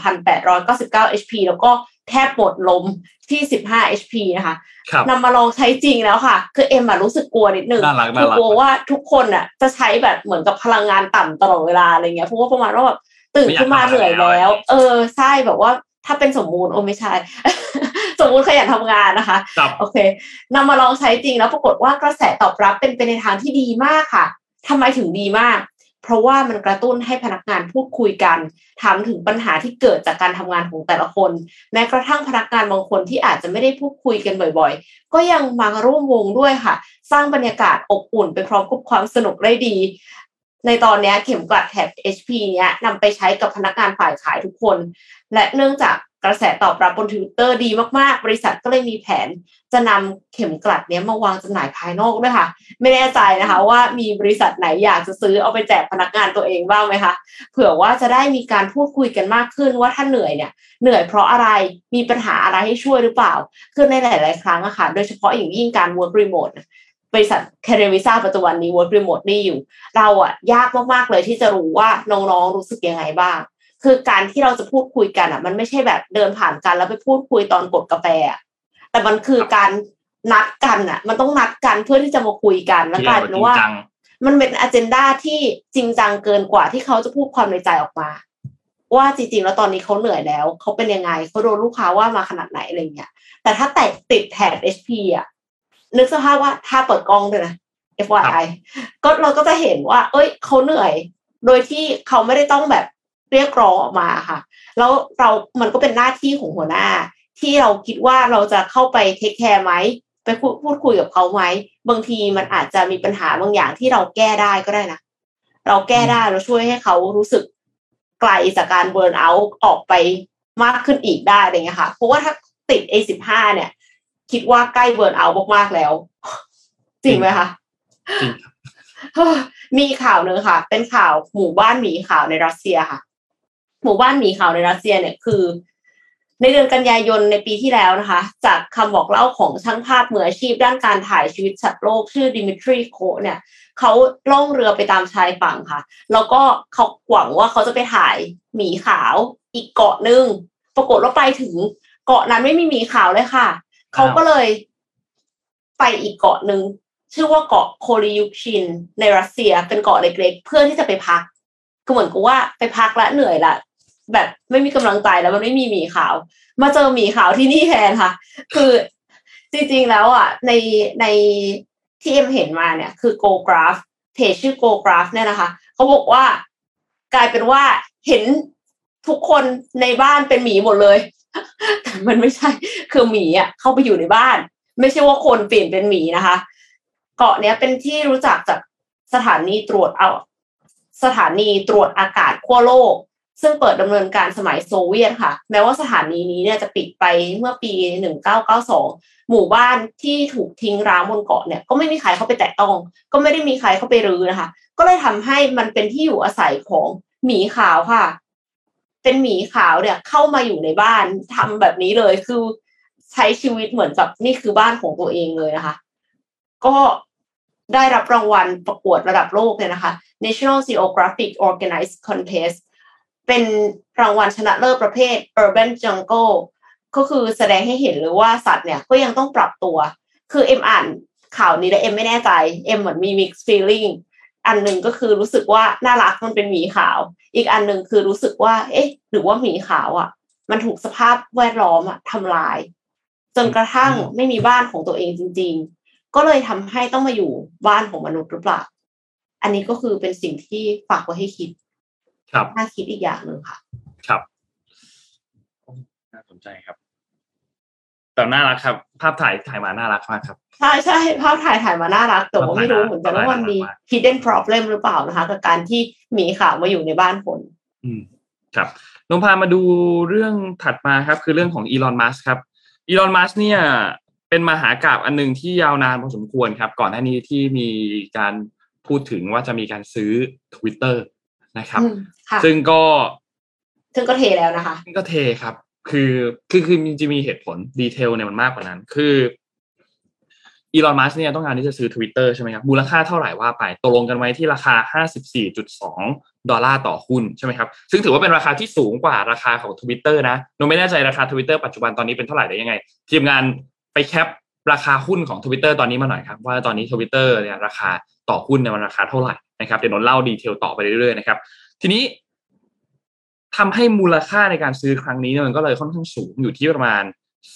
3,899 HP แล้วก็แทบหมดลมที่15 HP นะคะนำมาลองใช้จริงแล้วค่ะคือเอ็มรู้สึกกลัวนิดนึงคือกลัวว่าทุกคนจะใช้แบบเหมือนกับพลังงานต่ำตลอดเวลาอะไรเงี้ยเพราะว่าประมาณว่าแบบตื่นขึ้นมาเหนื่อยแล้วใช่แบบว่าถ้าเป็นสมมูลไม่ใช่ สมมูลขยันทำงานนะคะโอเคนำมาลองใช้จริงแล้วปรากฏว่ากระแสตอบรับเป็นไปในทางที่ดีมากค่ะทำไมถึงดีมากเพราะว่ามันกระตุ้นให้พนักงานพูดคุยกันถามถึงปัญหาที่เกิดจากการทำงานของแต่ละคนแม้กระทั่งพนักงานบางคนที่อาจจะไม่ได้พูดคุยกันบ่อยๆก็ยังมาร่วมวงด้วยค่ะสร้างบรรยากาศอบอุ่นไปพร้อมกับความสนุกได้ดีในตอนนี้เข็มกลัดแท็บ HP เนี้ยนำไปใช้กับพนักงานฝ่ายขายทุกคนและเนื่องจากกระแสตอบรับบน Twitter ดีมากๆบริษัทก็เลยมีแผนจะนำเข็มกลัดนี้มาวางจำหน่ายภายนอกด้วยค่ะไม่แน่ใจนะคะว่ามีบริษัทไหนอยากจะซื้อเอาไปแจกพนักงานตัวเองบ้างไหมคะเผื่อว่าจะได้มีการพูดคุยกันมากขึ้นว่าถ้าเหนื่อยเนี่ยเหนื่อยเพราะอะไรมีปัญหาอะไรให้ช่วยหรือเปล่าคือในหลายๆครั้งอะค่ะโดยเฉพาะอย่างยิ่งการ work remote บริษัทแคเรวิซ่าปัจจุบันนี้ work remote นี่อยู่เรายากมากๆเลยที่จะรู้ว่าน้องๆรู้สึกยังไงบ้างคือการที่เราจะพูดคุยกันมันไม่ใช่แบบเดินผ่านกันแล้วไปพูดคุยตอนกดกาแฟแต่มันคือการนัดกันมันต้องนัดกันเพื่อที่จะมาคุยกันแล้วกลายเป็นว่ามันเป็นอเจนดาที่จริงจังเกินกว่าที่เขาจะพูดความในใจออกมาว่าจริงๆแล้วตอนนี้เขาเหนื่อยแล้วเขาเป็นยังไงเขาโดนลูกค้าว่ามาขนาดไหนอะไรเงี้ยแต่ถ้าติดแท็บ HP นึกสภาพว่าถ้าเปิดกล้องด้วยนะ FYI ก็เราก็จะเห็นว่าเขาเหนื่อยโดยที่เขาไม่ได้ต้องแบบเรียกร้องออกมาค่ะแล้วมันก็เป็นหน้าที่ของหัวหน้าที่เราคิดว่าเราจะเข้าไปเทคแคร์ไหมไปพูดคุยกับเขาไหมบางทีมันอาจจะมีปัญหาบางอย่างที่เราแก้ได้ก็ได้นะเราแก้ได้เราช่วยให้เขารู้สึกไกลจากการเบิร์นเอาท์ออกไปมากขึ้นอีกได้อะไรเงี้ยค่ะเพราะว่าถ้าติด A15 เนี่ยคิดว่าใกล้เบิร์นเอาท์มากๆแล้วจริงไหมคะจริงมีข่าวนึงค่ะเป็นข่าวหมู่บ้านหมีขาวในรัสเซียค่ะหมู่บ้านหมีขาวในรัสเซียเนี่ยคือในเดือนกันยายนในปีที่แล้วนะคะจากคำบอกเล่าของช่างภาพมืออาชีพด้านการถ่ายชีวิตสัตว์โลกชื่อดิมิทรีโคเนี่ยเขาล่องเรือไปตามชายฝั่งค่ะแล้วก็เขาหวังว่าเขาจะไปถ่ายหมีขาวอีกเกาะนึงปรากฏว่าไปถึงเกาะนั้นไม่มีหมีขาวเลยค่ะเขาก็เลยไปอีกเกาะนึงชื่อว่าเกาะโคลิยุชินในรัสเซียเป็นเกาะเล็กๆเพื่อที่จะไปพักก็เหมือนกับว่าไปพักละเหนื่อยละแบบไม่มีกำลังใจแล้วมันไม่มีหมีขาวมาเจอหมีขาวที่นี่แทนค่ะคือจริงๆแล้วในที่เอ็มเห็นมาเนี่ยคือ Go Graph เพจชื่อ Go Graph เนี่ยนะคะเขาบอกว่ากลายเป็นว่าเห็นทุกคนในบ้านเป็นหมีหมดเลยแต่มันไม่ใช่คือหมีเข้าไปอยู่ในบ้านไม่ใช่ว่าคนเปลี่ยนเป็นหมีนะคะเกาะเนี้ยเป็นที่รู้จักจากสถานีตรวจอากาศขั้วโลกซึ่งเปิดดำเนินการสมัยโซเวียตค่ะแม้ว่าสถานีนี้เนี่ยจะปิดไปเมื่อปี1992หมู่บ้านที่ถูกทิ้งร้างบนเกาะเนี่ยก็ไม่มีใครเข้าไปแตะต้องก็ไม่ได้มีใครเข้าไปรื้อนะคะก็เลยทำให้มันเป็นที่อยู่อาศัยของหมีขาวค่ะเป็นหมีขาวเนี่ยเข้ามาอยู่ในบ้านทำแบบนี้เลยคือใช้ชีวิตเหมือนกับนี่คือบ้านของตัวเองเลยนะคะก็ได้รับรางวัลประกวดระดับโลกเลยนะคะ National Geographic Organized Contest เป็นรางวัลชนะเลิศประเภท Urban Jungle ก็คือแสดงให้เห็นเลยว่าสัตว์เนี่ยก็ยังต้องปรับตัวคือเอ็มอ่านข่าวนี้แล้วเอ็มไม่แน่ใจเอ็มเหมือนมี mixed feeling อันนึงก็คือรู้สึกว่าน่ารักมันเป็นหมีขาวอีกอันนึงคือรู้สึกว่าหรือว่าหมีขาวมันถูกสภาพแวดล้อมทำลายจนกระทั่งไม่มีบ้านของตัวเองจริงๆก็เลยทำให้ต้องมาอยู่บ้านของมนุษย์หรือเปล่าอันนี้ก็คือเป็นสิ่งที่ฝากไว้ให้คิดครับน่าคิดอีกอย่างนึงค่ะครับน่าสนใจครับแต่น่ารักครับภาพถ่ายมาน่ารักมากครับใช่ภาพถ่ายมาน่ารักแต่ว่าไม่รู้เหมือนกันว่ามันมี hidden problem หรือเปล่านะคะกับการที่หมีขาวมาอยู่ในบ้านคนครับลงพามาดูเรื่องถัดมาครับคือเรื่องของอีลอนมัสก์ครับอีลอนมัสก์เนี่ยเป็นมหากาพย์อันนึงที่ยาวนานพอสมควรครับก่อนหน้านี้ที่มีการพูดถึงว่าจะมีการซื้อ Twitter นะครับซึ่งก็เทแล้วนะคะก็เทครับคือมันจะมีเหตุผลดีเทลเนี่ยมันมากกว่านั้นคืออีลอนมัสก์เนี่ยต้องการที่จะซื้อ Twitter ใช่ไหมครับมูลค่าเท่าไหร่ว่าไปตกลงกันไว้ที่ราคา $54.2 ต่อหุ้นใช่ไหมครับซึ่งถือว่าเป็นราคาที่สูงกว่าราคาของ Twitter นะโนไม่แน่ใจราคา Twitter ปัจจุบันตอนนี้เป็นเท่าไหร่ได้ยังไงทีมงานไปแคปราคาหุ้นของ Twitter ตอนนี้มาหน่อยครับว่าตอนนี้ Twitter เนี่ยราคาต่อหุ้นเนี่ยมันราคาเท่าไหร่นะครับเดี๋ยวนนท์เล่าดีเทลต่อไปเรื่อยๆนะครับทีนี้ทำให้มูลค่าในการซื้อครั้งนี้เนี่ยมันก็เลยค่อนข้างสูงอยู่ที่ประมาณ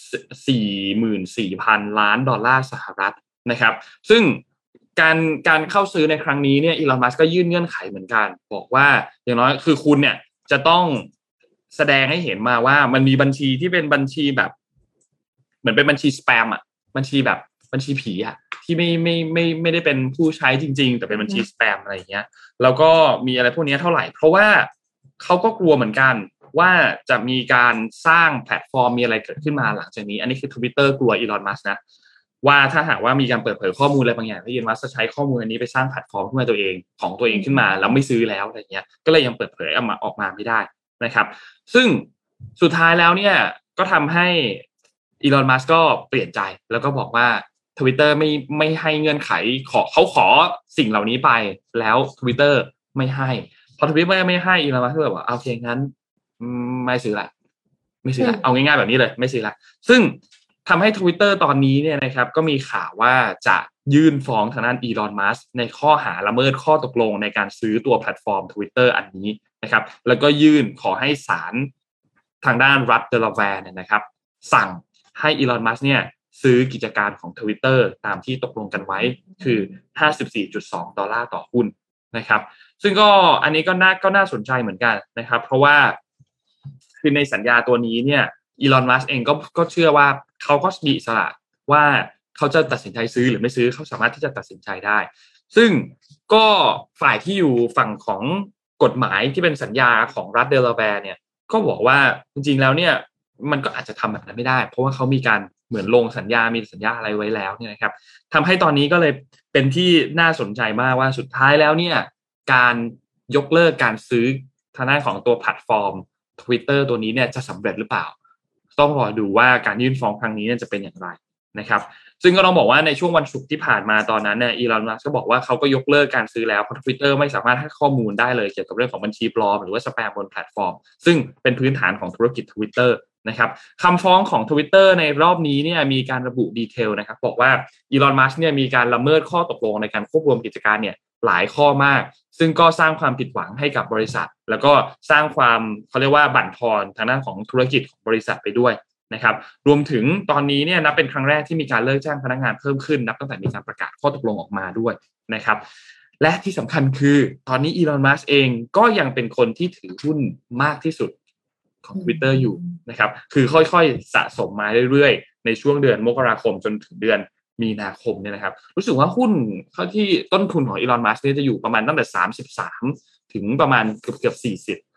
44,000 ล้านดอลลาร์สหรัฐนะครับซึ่งการเข้าซื้อในครั้งนี้เนี่ยอีลอนมัสก์ก็ยื่นเงื่อนไขเหมือนกันบอกว่าอย่างน้อยคือคุณเนี่ยจะต้องแสดงให้เห็นมาว่ามันมีบัญชีที่เป็นบัญชีแบบเหมือนเป็นบัญชีสแปมอ่ะบัญชีแบบบัญชีผีอ่ะที่ไม่ได้เป็นผู้ใช้จริงๆแต่เป็นบัญชีสแปมอะไรอย่างเงี้ยแล้วก็มีอะไรพวกนี้เท่าไหร่เพราะว่าเขาก็กลัวเหมือนกันว่าจะมีการสร้างแพลตฟอร์มมีอะไรเกิดขึ้นมาหลังจากนี้อันนี้คือ Twitter กลัวอีลอนมัสก์นะว่าถ้าหากว่ามีการเปิดเผยข้อมูลอะไรบางอย่างที่อีลอนมัสก์จะใช้ข้อมูลอันนี้ไปสร้างแพลตฟอร์มขึ้นมาตัวเองของตัวเองขึ้นมาแล้วไม่ซื้อแล้วอะไรเงี้ยก็เลยยังเปิดเผยออกมาไม่ได้นะครับซึ่งสุดท้ายแล้วเนี่ยก็ทำให้อีลอนมัสก์ก็เปลี่ยนใจแล้วก็บอกว่า Twitter ไม่ให้เงื่อนไขเขาขอสิ่งเหล่านี้ไปแล้ว Twitter ไม่ให้พอ Twitter ไม่ให้อีลอนมัสก์ก็แบบว่าโอเคงั้นไม่ซื้อละเอาง่ายๆแบบนี้เลยไม่ซื้อละซึ่งทำให้ Twitter ตอนนี้เนี่ยนะครับก็มีข่าวว่าจะยื่นฟ้องทางด้านอีลอนมัสก์ในข้อหาละเมิดข้อตกลงในการซื้อตัวแพลตฟอร์ม Twitter อันนี้นะครับแล้วก็ยื่นขอให้ศาลทางด้านรัฐเดลาแวร์เนี่ยนะครับสั่งให้อีลอนมัสก์เนี่ยซื้อกิจการของ Twitter ตามที่ตกลงกันไว้คือ $54.2 ต่อหุ้นนะครับซึ่งก็อันนี้ก็น่าสนใจเหมือนกันนะครับเพราะว่าคือในสัญญาตัวนี้เนี่ยอีลอนมัสก์เองก็เชื่อว่าเขาก็มีอิสระว่าเขาจะตัดสินใจซื้อหรือไม่ซื้อเขาสามารถที่จะตัดสินใจได้ซึ่งก็ฝ่ายที่อยู่ฝั่งของกฎหมายที่เป็นสัญญาของรัฐเดลาแวร์เนี่ยก็บอกว่าจริงๆแล้วเนี่ยมันก็อาจจะทำแบบนั้นไม่ได้เพราะว่าเขามีการเหมือนลงสัญญามีสัญญาอะไรไว้แล้วเนี่ยนะครับทำให้ตอนนี้ก็เลยเป็นที่น่าสนใจมากว่าสุดท้ายแล้วเนี่ยการยกเลิกการซื้อทางด้านของตัวแพลตฟอร์ม Twitter ตัวนี้เนี่ยจะสำเร็จหรือเปล่าต้องรอดูว่าการยื่นฟ้องครั้งนี้จะเป็นอย่างไรนะครับซึ่งก็ต้องบอกว่าในช่วงวันศุกร์ที่ผ่านมาตอนนั้นเนี่ยอีลอนมัสก์ก็บอกว่าเขาก็ยกเลิกการซื้อแล้วเพราะ Twitter ไม่สามารถให้ข้อมูลได้เลยเกี่ยวกับเรื่องของบัญชีปลอมหรือว่าสแปมบนแพลตฟอร์มซึ่งเป็นพื้นฐานของธุรกิจ Twitter นะครับคำฟ้องของ Twitter ในรอบนี้เนี่ยมีการระบุดีเทลนะครับบอกว่าอีลอนมัสก์เนี่ยมีการละเมิดข้อตกลงในการควบรวมกิจการเนี่ยหลายข้อมากซึ่งก็สร้างความผิดหวังให้กับบริษัทแล้วก็สร้างความเขาเรียกว่าบั่นทอนทางด้านของธุรกิจของบริษัทไปด้วยนะครับรวมถึงตอนนี้เนี่ยนับเป็นครั้งแรกที่มีการเลิกจ้างพนักงานเพิ่มขึ้นนับตั้งแต่มีการประกาศข้อตกลงออกมาด้วยนะครับและที่สำคัญคือตอนนี้อีลอนมัสก์เองก็ยังเป็นคนที่ถือหุ้นมากที่สุดของ Twitter อยู่นะครับคือค่อยๆสะสมมาเรื่อยๆในช่วงเดือนมกราคมจนถึงเดือนมีนาคมเนี่ยนะครับรู้สึกว่าหุ้นเขาที่ต้นทุนของอีลอนมัสก์เนี่ยจะอยู่ประมาณตั้งแต่33ถึงประมาณเกือบ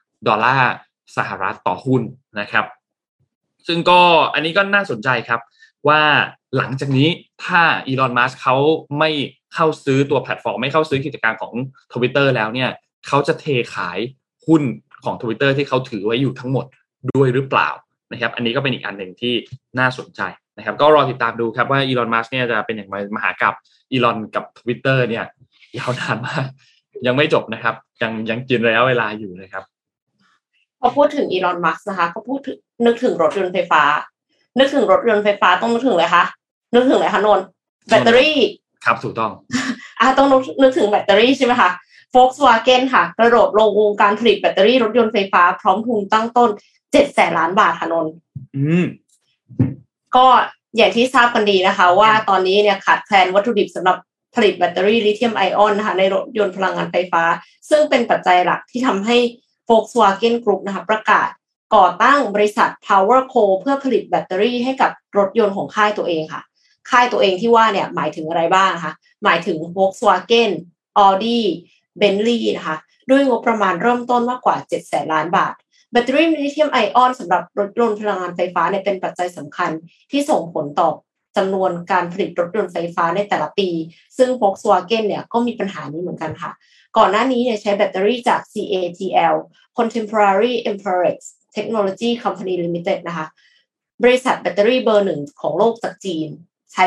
$40สหรัฐต่อหุ้นนะครับซึ่งก็อันนี้ก็น่าสนใจครับว่าหลังจากนี้ถ้าอีลอนมัสก์เขาไม่เข้าซื้อตัวแพลตฟอร์มไม่เข้าซื้อกิจการของ Twitter แล้วเนี่ยเขาจะเทขายหุ้นของ Twitter ที่เขาถือไว้อยู่ทั้งหมดด้วยหรือเปล่านะครับอันนี้ก็เป็นอีกอันหนึ่งที่น่าสนใจนะครับก็รอติดตามดูครับว่าอีลอนมัสก์เนี่ยจะเป็นอย่างไรมหากาพย์อีลอนกับ Twitter เนี่ยยาวนานมากยังไม่จบนะครับยังกินระยะเวลาอยู่นะครับพอพูดถึงอีลอนมัสก์นะคะก็พูดถึงนึกถึงรถยนต์ไฟฟ้านึกถึงรถยนต์ไฟฟ้าต้องนึกถึงอะไรคะนึกถึงอะไรคะนนท์แบตเตอรี่ครับถูกต้องต้องนึกถึงแบตเตอรี่ใช่ไหมคะ Volkswagen ค่ะกระโดดลงวงการผลิตแบตเตอรี่รถยนต์ไฟฟ้าพร้อมทุนตั้งต้น700,000 ล้านบาทค่ะนนท์ก็อย่างที่ทราบกันดีนะคะว่าตอนนี้เนี่ยขาดแคลนวัตถุดิบสำหรับผลิตแบตเตอรี่ลิเธียมไอออนนะคะในรถยนต์พลังงานไฟฟ้าซึ่งเป็นปัจจัยหลักที่ทำให้ Volkswagen Group นะคะประกาศก่อตั้งบริษัท PowerCo เพื่อผลิตแบตเตอรี่ให้กับรถยนต์ของค่ายตัวเองค่ะค่ายตัวเองที่ว่าเนี่ยหมายถึงอะไรบ้างนะคะหมายถึง Volkswagen Audi Bentley นะคะด้วยงบประมาณเริ่มต้นมากกว่า700,000 ล้านบาทแบตเตอรี่ลิเธียมไอออนสำหรับรถยนต์พลังงานไฟฟ้าเนี่ยเป็นปัจจัยสำคัญที่ส่งผลต่อจำนวนการผลิตรถยนต์ไฟฟ้าในแต่ละปีซึ่ง Volkswagen เนี่ยก็มีปัญหานี้เหมือนกันค่ะก่อนหน้านี้เนี่ยใช้แบตเตอรี่จาก CATL Contemporary Amperex Technology Company Limited นะคะบริษัทแบตเตอรี่เบอร์ 1ของโลกจากจีนใช้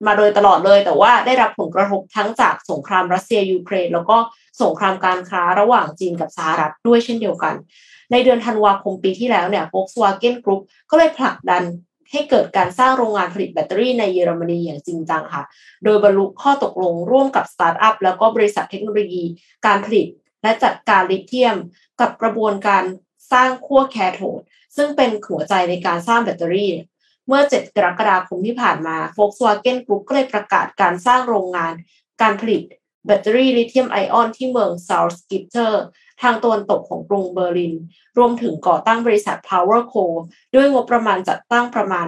มาโดยตลอดเลยแต่ว่าได้รับผลกระทบทั้งจากสงครามรัสเซียยูเครนแล้วก็สงครามการค้าระหว่างจีนกับสหรัฐด้วยเช่นเดียวกันในเดือนธันวาคมปีที่แล้วเนี่ย Volkswagen Group ก็เลยผลักดันให้เกิดการสร้างโรงงานผลิตแบตเตอรี่ในเยอรมนีอย่างจริงจังค่ะโดยบรรลุข้อตกลงร่วมกับสตาร์ทอัพแล้วก็บริษัทเทคโนโลยีการผลิตและจัดการลิเธียมกับกระบวนการสร้างขั้วแคโทดซึ่งเป็นหัวใจในการสร้างแบตเตอรี่เมื่อ7กรกฎาคมที่ผ่านมา Volkswagen Group ก็เลยประกาศการสร้างโรงงานการผลิตแบตเตอรี่ลิเธียมไอออนที่เมืองซาลสกิตเตอร์ทางตะวันตกของกรุงเบอร์ลินรวมถึงก่อตั้งบริษัท PowerCo ด้วยงบประมาณจัดตั้งประมาณ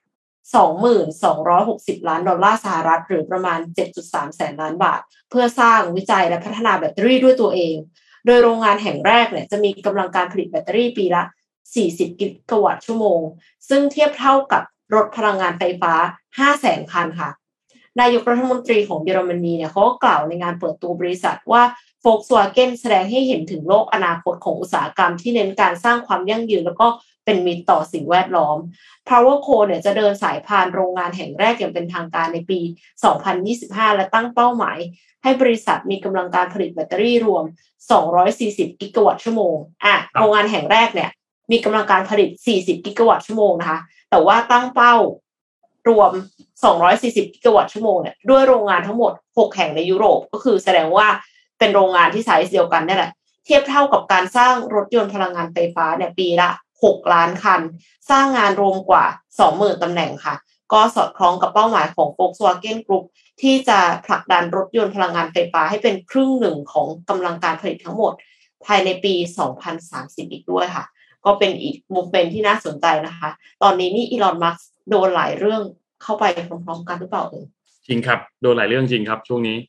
2,260 ล้านดอลลาร์สหรัฐหรือประมาณ 7.3 แสนล้านบาทเพื่อสร้างวิจัยและพัฒนาแบตเตอรี่ด้วยตัวเองโดยโรงงานแห่งแรกเนี่ยจะมีกำลังการผลิตแบตเตอรี่ปีละ40กิกะวัตต์ชั่วโมงซึ่งเทียบเท่ากับรถพลังงานไฟฟ้า 500,000 คันค่ะนายกรัฐมนตรีของเยอรมนีเนี่ยเขาก็กล่าวในงานเปิดตัวบริษัทว่า Volkswagen แสดงให้เห็นถึงโลกอนาคตของอุตสาหกรรมที่เน้นการสร้างความยั่งยืนแล้วก็เป็นมิตรต่อสิ่งแวดล้อม PowerCo เนี่ยจะเดินสายพานโรงงานแห่งแรกอย่างเป็นทางการในปี 2025 และตั้งเป้าหมายให้บริษัทมีกำลังการผลิตแบตเตอรี่รวม240กิกะวัตต์ชั่วโมงโรงงานแห่งแรกเนี่ยมีกำลังการผลิต40กิกะวัตต์ชั่วโมงนะคะแต่ว่าตั้งเป้ารวม240กิกะวัตต์ชั่วโมงเนี่ยด้วยโรงงานทั้งหมด6แห่งในยุโรปก็คือแสดงว่าเป็นโรงงานที่ไซส์เดียวกันนี่แหละเทียบเท่ากับการสร้างรถยนต์พลังงานไฟฟ้าเนี่ยปีละ6ล้านคันสร้างงานรวมกว่า 20,000 ตำแหน่งค่ะก็สอดคล้องกับเป้าหมายของ Volkswagen Group ที่จะผลักดันรถยนต์พลังงานไฟฟ้าให้เป็นครึ่งหนึ่งของกำลังการผลิตทั้งหมดภายในปี 2030 อีกด้วยค่ะก็เป็นอีกมูฟเมนต์ที่น่าสนใจนะคะตอนนี้นี่อีลอน มัสก์โดนหลายเรื่องเข้าไปพร้อมๆกันหรือเปล่าจริงครับโดนหลายเรื่องจริงครับช่วงนี้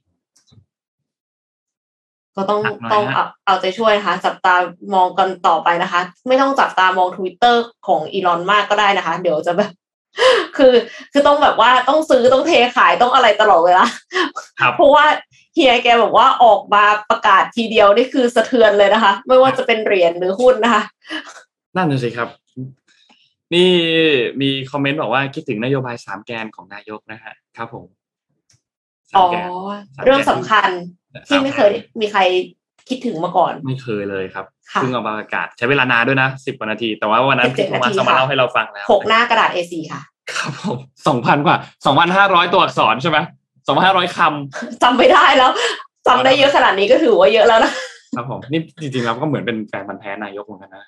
ก็ต้องเอาใจช่วยนะคะจับตามองกันต่อไปนะคะไม่ต้องจับตามอง Twitter ของอีลอนมากก็ได้นะคะเดี๋ยวจะแบบคือต้องแบบว่าต้องซื้อต้องเทขายต้องอะไรตลอดเวลาเพราะว่าเฮียแกบอกว่าออกมาประกาศทีเดียวนี่คือสะเทือนเลยนะคะไม่ว่าจะเป็นเหรียญหรือหุ้นนะคะนั่นน่ะสิครับนี่มีคอมเมนต์บอกว่าคิดถึงนโยบาย3แกนของนายกนะฮะครับผมเรื่องสำคัญที่ไม่เคยมีใครคิดถึงมาก่อนไม่เคยเลยครับเพิ่งเอามาประกาศใช้เวลานานด้วยนะ10 กว่านาทีแต่ว่าวันนั้นพี่โทมัสมาเล่าให้เราฟังแล้ว 6หน้ากระดาษ A4 ค่ะครับผม 2,000 กว่า 2,500 ตัวอักษรใช่ไหม 2,500 คำจำไม่ได้แล้วจำได้เยอะขนาดนี้ก็ถือว่าเยอะแล้วนะครับผมนี่จริงๆแล้วก็เหมือนเป็นแฟนพันธุ์แท้นายกเหมือนกันนะ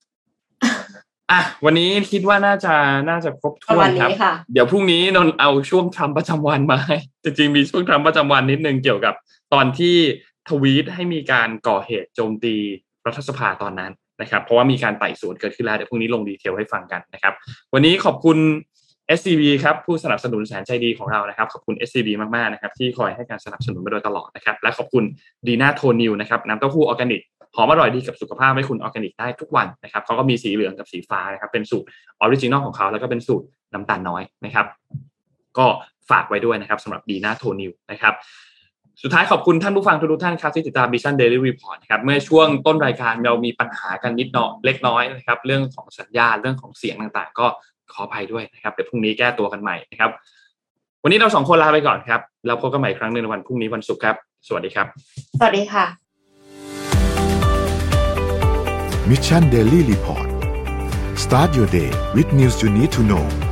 วันนี้คิดว่าน่าจะครบถ้วนครับเดี๋ยวพรุ่งนี้นนเอาช่วงทรัมป์ประจำวันมาให้จริงๆมีช่วงทรัมป์ประจำวันนิดนึงเกี่ยวกับตอนที่ทวีตให้มีการก่อเหตุโจมตีรัฐสภาตอนนั้นนะครับเพราะว่ามีการไต่สวนเกิดขึ้นแล้วเดี๋ยวพรุ่งนี้ลงดีเทลให้ฟังกันนะครับวันนี้ขอบคุณ SCB ครับผู้สนับสนุนแสนใจดีของเรานะครับขอบคุณ SCB มากๆนะครับที่คอยให้การสนับสนุนมาโดยตลอดนะครับและขอบคุณดีน่าโทนิวนะครับน้ำเต้าหู้ออร์แกนิกหอมอร่อยดีกับสุขภาพให้คุณออร์แกนิกได้ทุกวันนะครับเขาก็มีสีเหลืองกับสีฟ้านะครับเป็นสูตรออริจินอลของเขาแล้วก็เป็นสูตรน้ำตาลน้อยนะครับก็ฝากไว้ด้วยนะครับสำหรับดีน่าโทนิวนะครับสุดท้ายขอบคุณท่านผู้ฟังทุกท่านครับที่ติดตาม Mission Daily Report นะครับเมื่อช่วงต้นรายการเรามีปัญหากันนิดหน่อยเล็กน้อยนะครับเรื่องของสัญญาณเรื่องของเสียงต่างๆก็ขออภัยด้วยนะครับเดี๋ยวพรุ่งนี้แก้ตัวกันใหม่นะครับวันนี้เรา2คนลาไปก่อนครับแล้วพบกันใหม่ครั้งนึงในวันพรุ่งนี้วันศุกร์ครับสวัสดีครับสวัสดีค่ะ Mission Daily Report Start your day with news you need to know